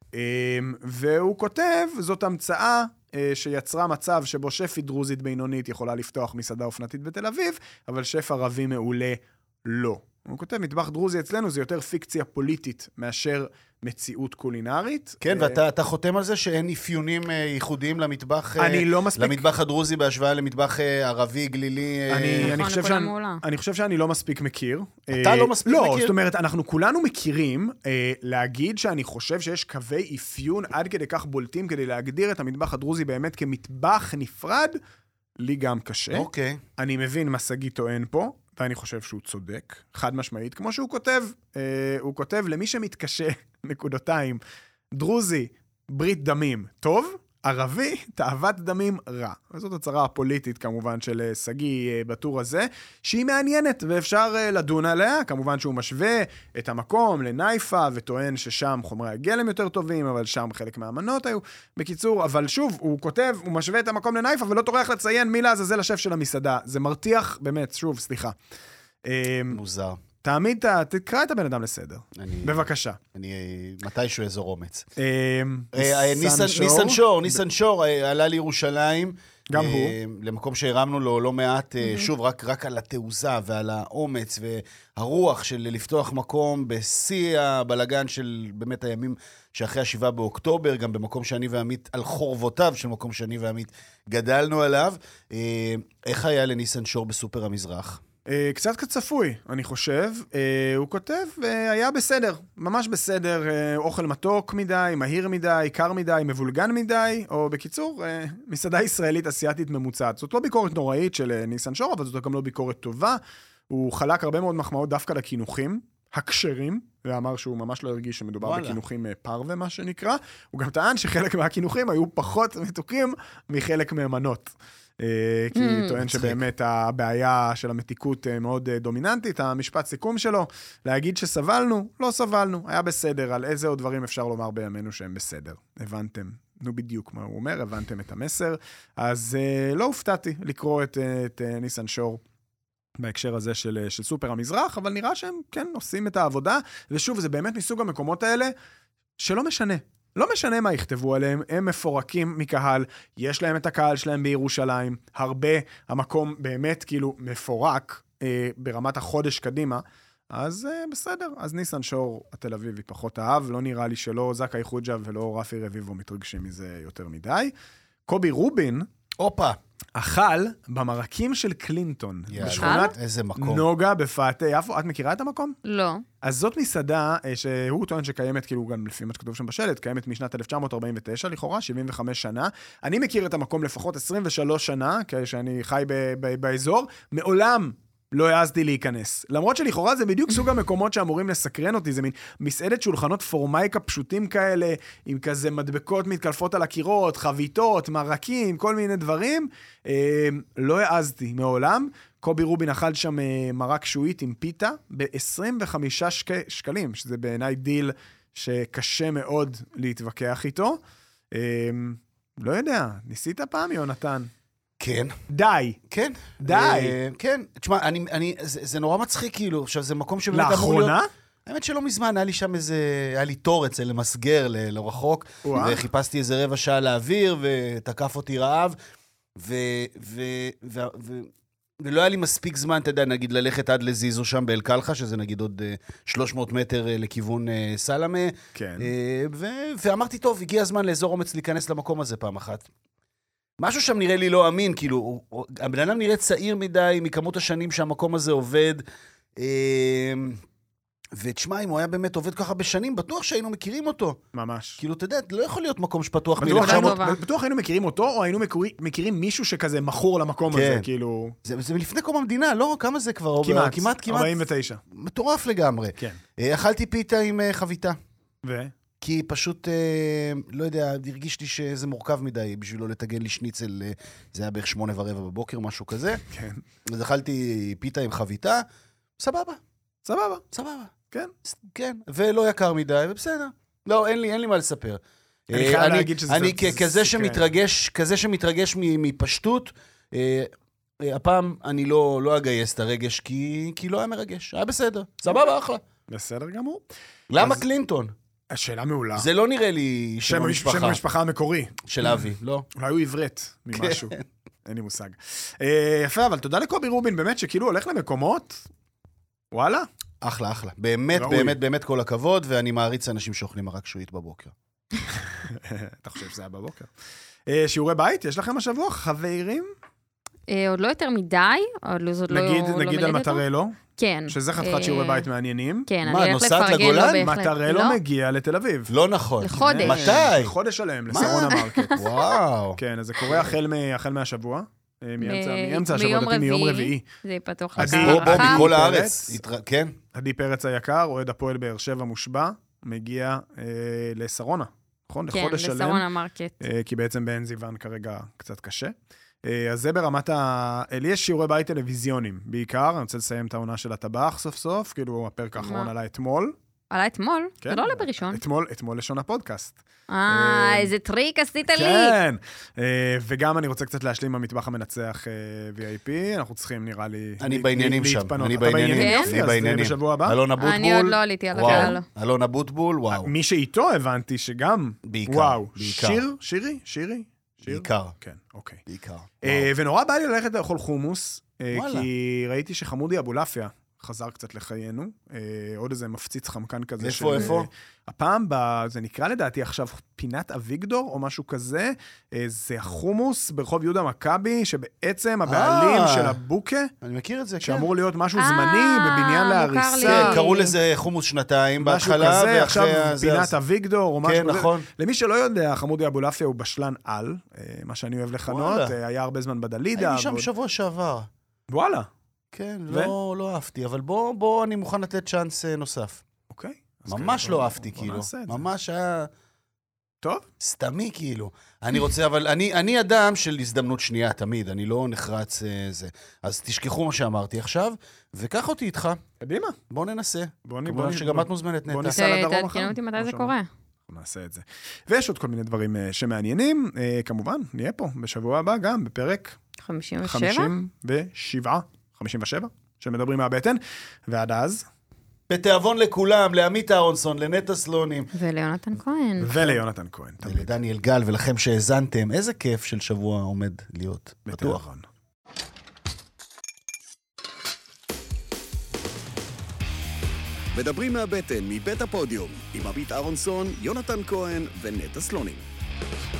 והוא כותב, זאת המצאה שיצרה מצב שבו שפית דרוזית בינונית יכולה לפתוח מסעדה אופנתית בתל אביב, אבל שף ערבי מעולה לא. הוא כותב, מטבח דרוזי אצלנו זה יותר פיקציה פוליטית מאשר מציאות קולינרית. כן, ואתה אתה חותם על זה שאין אפיונים ייחודיים למטבח, אני לא מספיק... למטבח הדרוזי בהשוואה למטבח ערבי, גלילי. אני, אני, חושב שאני, אני חושב שאני לא מספיק מכיר. אתה לא מספיק לא, מכיר? לא, זאת אומרת, אנחנו כולנו מכירים אה, להגיד שאני חושב שיש קווי אפיון עד כדי כך בולטים כדי להגדיר את המטבח הדרוזי באמת כמטבח נפרד, לי גם קשה. אוקיי. אני מבין מה סגי טוען פה, ואני חושב שהוא צודק, חד משמעית, כמו שהוא כותב, אה, הוא כותב למי שמתקשה, נקודותיים, דרוזי, ברית דמים, טוב, ערבי, תאוות דמים, רע. וזאת הצהרה הפוליטית, כמובן, של סגי אה, בטור הזה, שהיא מעניינת, ואפשר אה, לדון עליה, כמובן שהוא משווה את המקום לנייפה, וטוען ששם חומרי הגלם יותר טובים, אבל שם חלק מהמנות היו. בקיצור, אבל שוב, הוא כותב, הוא משווה את המקום לנייפה, ולא טורח לציין מי לעזאזל השף של המסעדה. זה מרתיח, באמת, שוב, סליחה. מוזר. תעמיד, תקרא את הבן אדם לסדר. בבקשה. אני, מתישהו אזור אומץ. ניסן שור. ניסן שור, ניסן שור עלה לירושלים. גם הוא. למקום שהרמנו לו לא מעט, שוב, רק על התעוזה ועל האומץ והרוח של לפתוח מקום בשיא הבלגן של באמת הימים שאחרי השבעה באוקטובר, גם במקום שאני ועמית, על חורבותיו של מקום שאני ועמית גדלנו עליו. איך היה לניסן שור בסופר המזרח? קצת כצפוי, אני חושב. הוא כותב, היה בסדר, ממש בסדר, אוכל מתוק מדי, מהיר מדי, קר מדי, מבולגן מדי, או בקיצור, מסעדה ישראלית אסיאתית ממוצעת. זאת לא ביקורת נוראית של ניסן שור, אבל זאת גם לא ביקורת טובה. הוא חלק הרבה מאוד מחמאות דווקא לכינוכים, הקשרים, ואמר שהוא ממש לא הרגיש שמדובר וואלה. בכינוכים פרווה, מה שנקרא. הוא גם טען שחלק מהכינוכים היו פחות מתוקים מחלק מהמנות. כי הוא טוען שבאמת הבעיה של המתיקות מאוד דומיננטית, המשפט סיכום שלו, להגיד שסבלנו, לא סבלנו, היה בסדר, על איזה עוד דברים אפשר לומר בימינו שהם בסדר. הבנתם, נו בדיוק מה הוא אומר, הבנתם את המסר, אז לא הופתעתי לקרוא את, את ניסן שור בהקשר הזה של, של סופר המזרח, אבל נראה שהם כן עושים את העבודה, ושוב, זה באמת מסוג המקומות האלה שלא משנה. לא משנה מה יכתבו עליהם, הם מפורקים מקהל, יש להם את הקהל שלהם בירושלים, הרבה, המקום באמת כאילו מפורק אה, ברמת החודש קדימה, אז אה, בסדר, אז ניסן שור התל אביבי פחות אהב, לא נראה לי שלא זקאי חוג'ה ולא רפי רביבו מתרגשים מזה יותר מדי. קובי רובין, אופה, אכל במרקים של קלינטון, בשכונת איזה מקום. נוגה בפאתי יפו. את מכירה את המקום? לא. אז זאת מסעדה שהוא טוען שקיימת, כאילו גם לפי מה שכתוב שם בשלט, קיימת משנת אלף תשע מאות ארבעים ותשע, לכאורה, שבעים וחמש שנה. אני מכיר את המקום לפחות עשרים ושלוש שנה, כשאני חי ב- ב- באזור, מעולם לא העזתי להיכנס. למרות שלכאורה זה בדיוק סוג המקומות שאמורים לסקרן אותי, זה מין מסעדת שולחנות פורמייקה פשוטים כאלה, עם כזה מדבקות מתקלפות על הקירות, חביתות, מרקים, כל מיני דברים. אה, לא העזתי מעולם. קובי רובין אכל שם מרק שועית עם פיתה ב-עשרים וחמישה שק... שקלים, שזה בעיניי דיל שקשה מאוד להתווכח איתו. אה, לא יודע, ניסית פעם, יונתן? כן. די. כן. די. Uh, כן. תשמע, אני, אני, זה, זה נורא מצחיק, כאילו. עכשיו, זה מקום שבאמת אמור להיות... לאחרונה? האמת שלא מזמן, היה לי שם איזה... היה לי תור אצל למסגר, ל, לרחוק, וואו. וחיפשתי איזה רבע שעה לאוויר, ותקף אותי רעב, ו... ו, ו, ו ולא היה לי מספיק זמן, אתה יודע, נגיד, ללכת עד לזיזו שם באל-קלחה, שזה נגיד עוד uh, שלוש מאות מטר uh, לכיוון uh, סלמה. כן. Uh, ו, ואמרתי, טוב, הגיע הזמן לאזור אומץ להיכנס למקום הזה פעם אחת. משהו שם נראה לי לא אמין, כאילו, הבן אדם נראה צעיר מדי מכמות השנים שהמקום הזה עובד, ותשמע, אם הוא היה באמת עובד ככה בשנים, בטוח שהיינו מכירים אותו. ממש. כאילו, אתה יודע, לא יכול להיות מקום שפתוח בטוח היינו מכירים אותו, או היינו מכירים מישהו שכזה מכור למקום הזה, כאילו... זה מלפני קום המדינה, לא? כמה זה כבר? כמעט, כמעט, ארבעים ותשע. מטורף לגמרי. כן. אכלתי פיתה עם חביתה. ו? כי פשוט, אה, לא יודע, הרגיש לי שזה מורכב מדי בשביל לא לתגן לי שניצל, אה, זה היה בערך שמונה ורבע בבוקר, משהו כזה. כן. אז אכלתי פיתה עם חביתה, סבבה. סבבה. סבבה. כן. כן, ולא יקר מדי, ובסדר. לא, אין לי, אין לי מה לספר. אני חייב להגיד שזה... אני כזה שמתרגש, כזה שמתרגש מפשטות, אה, הפעם אני לא, לא אגייס את הרגש, כי, כי לא היה מרגש. היה בסדר. סבבה, אחלה. בסדר גמור. למה אז- קלינטון? השאלה מעולה. זה לא נראה לי שם שם המשפחה. שם המשפחה המקורי. של אבי, לא? אולי הוא עברית ממשהו. כן. אין לי מושג. אה, יפה, אבל תודה לקובי רובין, באמת, שכאילו הולך למקומות, וואלה. אחלה, אחלה. באמת, ראוי. באמת, באמת כל הכבוד, ואני מעריץ אנשים שאוכלים מרק שועית בבוקר. אתה חושב שזה היה בבוקר. אה, שיעורי בית, יש לכם השבוע, חברים? אה, עוד לא יותר מדי, עוד לא, זאת לא נגיד, לא נגיד על מלדת אותו. מטרלו, כן. שזה חתיכת אה, שיעורי בית מעניינים. כן, מה, אני הולכת נוסעת לפרגן לגולן? לו בהחלט. מטרלו לא, מגיע לתל אביב. לא נכון. לחודש. מתי? חודש שלם, לסרונה מרקט. וואו. כן, אז זה קורה החל מ- החל מהשבוע. אה, מאמצע מ- מאמצע השבוע, מיום לדעתי מיום רביעי. רביעי. זה פתוח אז לקהל בוא, בוא, רחב. מכל פרץ. הארץ. התר- כן? עדי פרץ היקר, אוהד הפועל באר שבע מושבע, מגיע אה, לסרונה, נכון? כן, לחודש שלם. לסרונה מרקט. אה, כי בעצם בעין זיוון כרגע קצת קשה. אה, אז זה ברמת ה... לי יש שיעורי בית טלוויזיונים, בעיקר, אני רוצה לסיים את העונה של הטבח סוף סוף, כאילו הפרק האחרון מה? עלה אתמול. עלה אתמול? כן. זה לא עולה בראשון. אתמול, אתמול לשון הפודקאסט. אה, איזה טריק עשית לי. כן, אה, וגם אני רוצה קצת להשלים במטבח המנצח אה, וי איי פי, אנחנו צריכים נראה לי... אני ל- בעניינים ל- שם, להתפנות. אני אתה בעניינים. כן? יופי, אני אז בעניינים. בשבוע הבא. אלון אבוטבול. אני עוד לא עליתי על וואו. הקהל. אלון אבוטבול, וואו. מי שאיתו הבנתי שגם... בעיקר, וואו, בעיקר. שיר? שירי? שירי? שיר? בעיקר. כן, אוקיי. בעיקר. אה, ונורא בא לי ללכת לאכול חומוס, אה, וואלה. כי ראיתי שחמודי אבולעפיה חזר קצת לחיינו, אה, עוד איזה מפציץ חמקן כזה. איפה, של, איפה? אה, הפעם, ב- זה נקרא לדעתי עכשיו פינת אביגדור, או משהו כזה, אה, זה החומוס ברחוב יהודה מכבי, שבעצם הבעלים אה. של הבוקה, אני מכיר את זה, כן. שאמור להיות משהו אה, זמני בבניין מוכר להריסה. לי. כן, קראו לזה חומוס שנתיים משהו בהתחלה, כזה, עכשיו ואחרי זה... פינת אז- אביגדור, או משהו כן, כזה. נכון. למי שלא יודע, חמודי אבולעפיה הוא בשלן על, אה, מה שאני אוהב לכנות, וואלה. אה, היה הרבה זמן בדלידה. הייתי שם ועוד- שבוע שעבר. וואלה, כן, ו? לא לא אהבתי, אבל בוא, בוא, אני מוכן לתת צ'אנס אה, נוסף. אוקיי. אז ממש כאילו, לא אהבתי, בוא כאילו. נעשה את זה. ממש היה טוב, סתמי, כאילו. אני רוצה, אבל אני, אני אדם של הזדמנות שנייה, תמיד. אני לא נחרץ אה, זה. אז תשכחו מה שאמרתי עכשיו, וקח אותי איתך. קדימה. בוא ננסה. בוא נ- בוא כמובן נ- שגם בוא- את מוזמנת, בוא נטע. ניסע לדרום תעדכנו אחר. אותי מתי כמו זה שאמרנו. קורה. אנחנו נעשה את זה. ויש עוד כל מיני דברים אה, שמעניינים. אה, כמובן, נהיה פה בשבוע הבא גם בפרק חמישים ושבע? חמישים ושבע, חמישים ושבע, שמדברים מהבטן. ועד אז, בתיאבון לכולם, לעמית אהרונסון, לנטע סלונים, וליונתן כהן. וליונתן כהן. תמיד. ולדניאל גל, ולכם שהאזנתם. איזה כיף של שבוע עומד להיות. בטוח. בתיאבון. מדברים מהבטן, מבית הפודיום, עם עמית אהרונסון, יונתן כהן ונטע סלונים.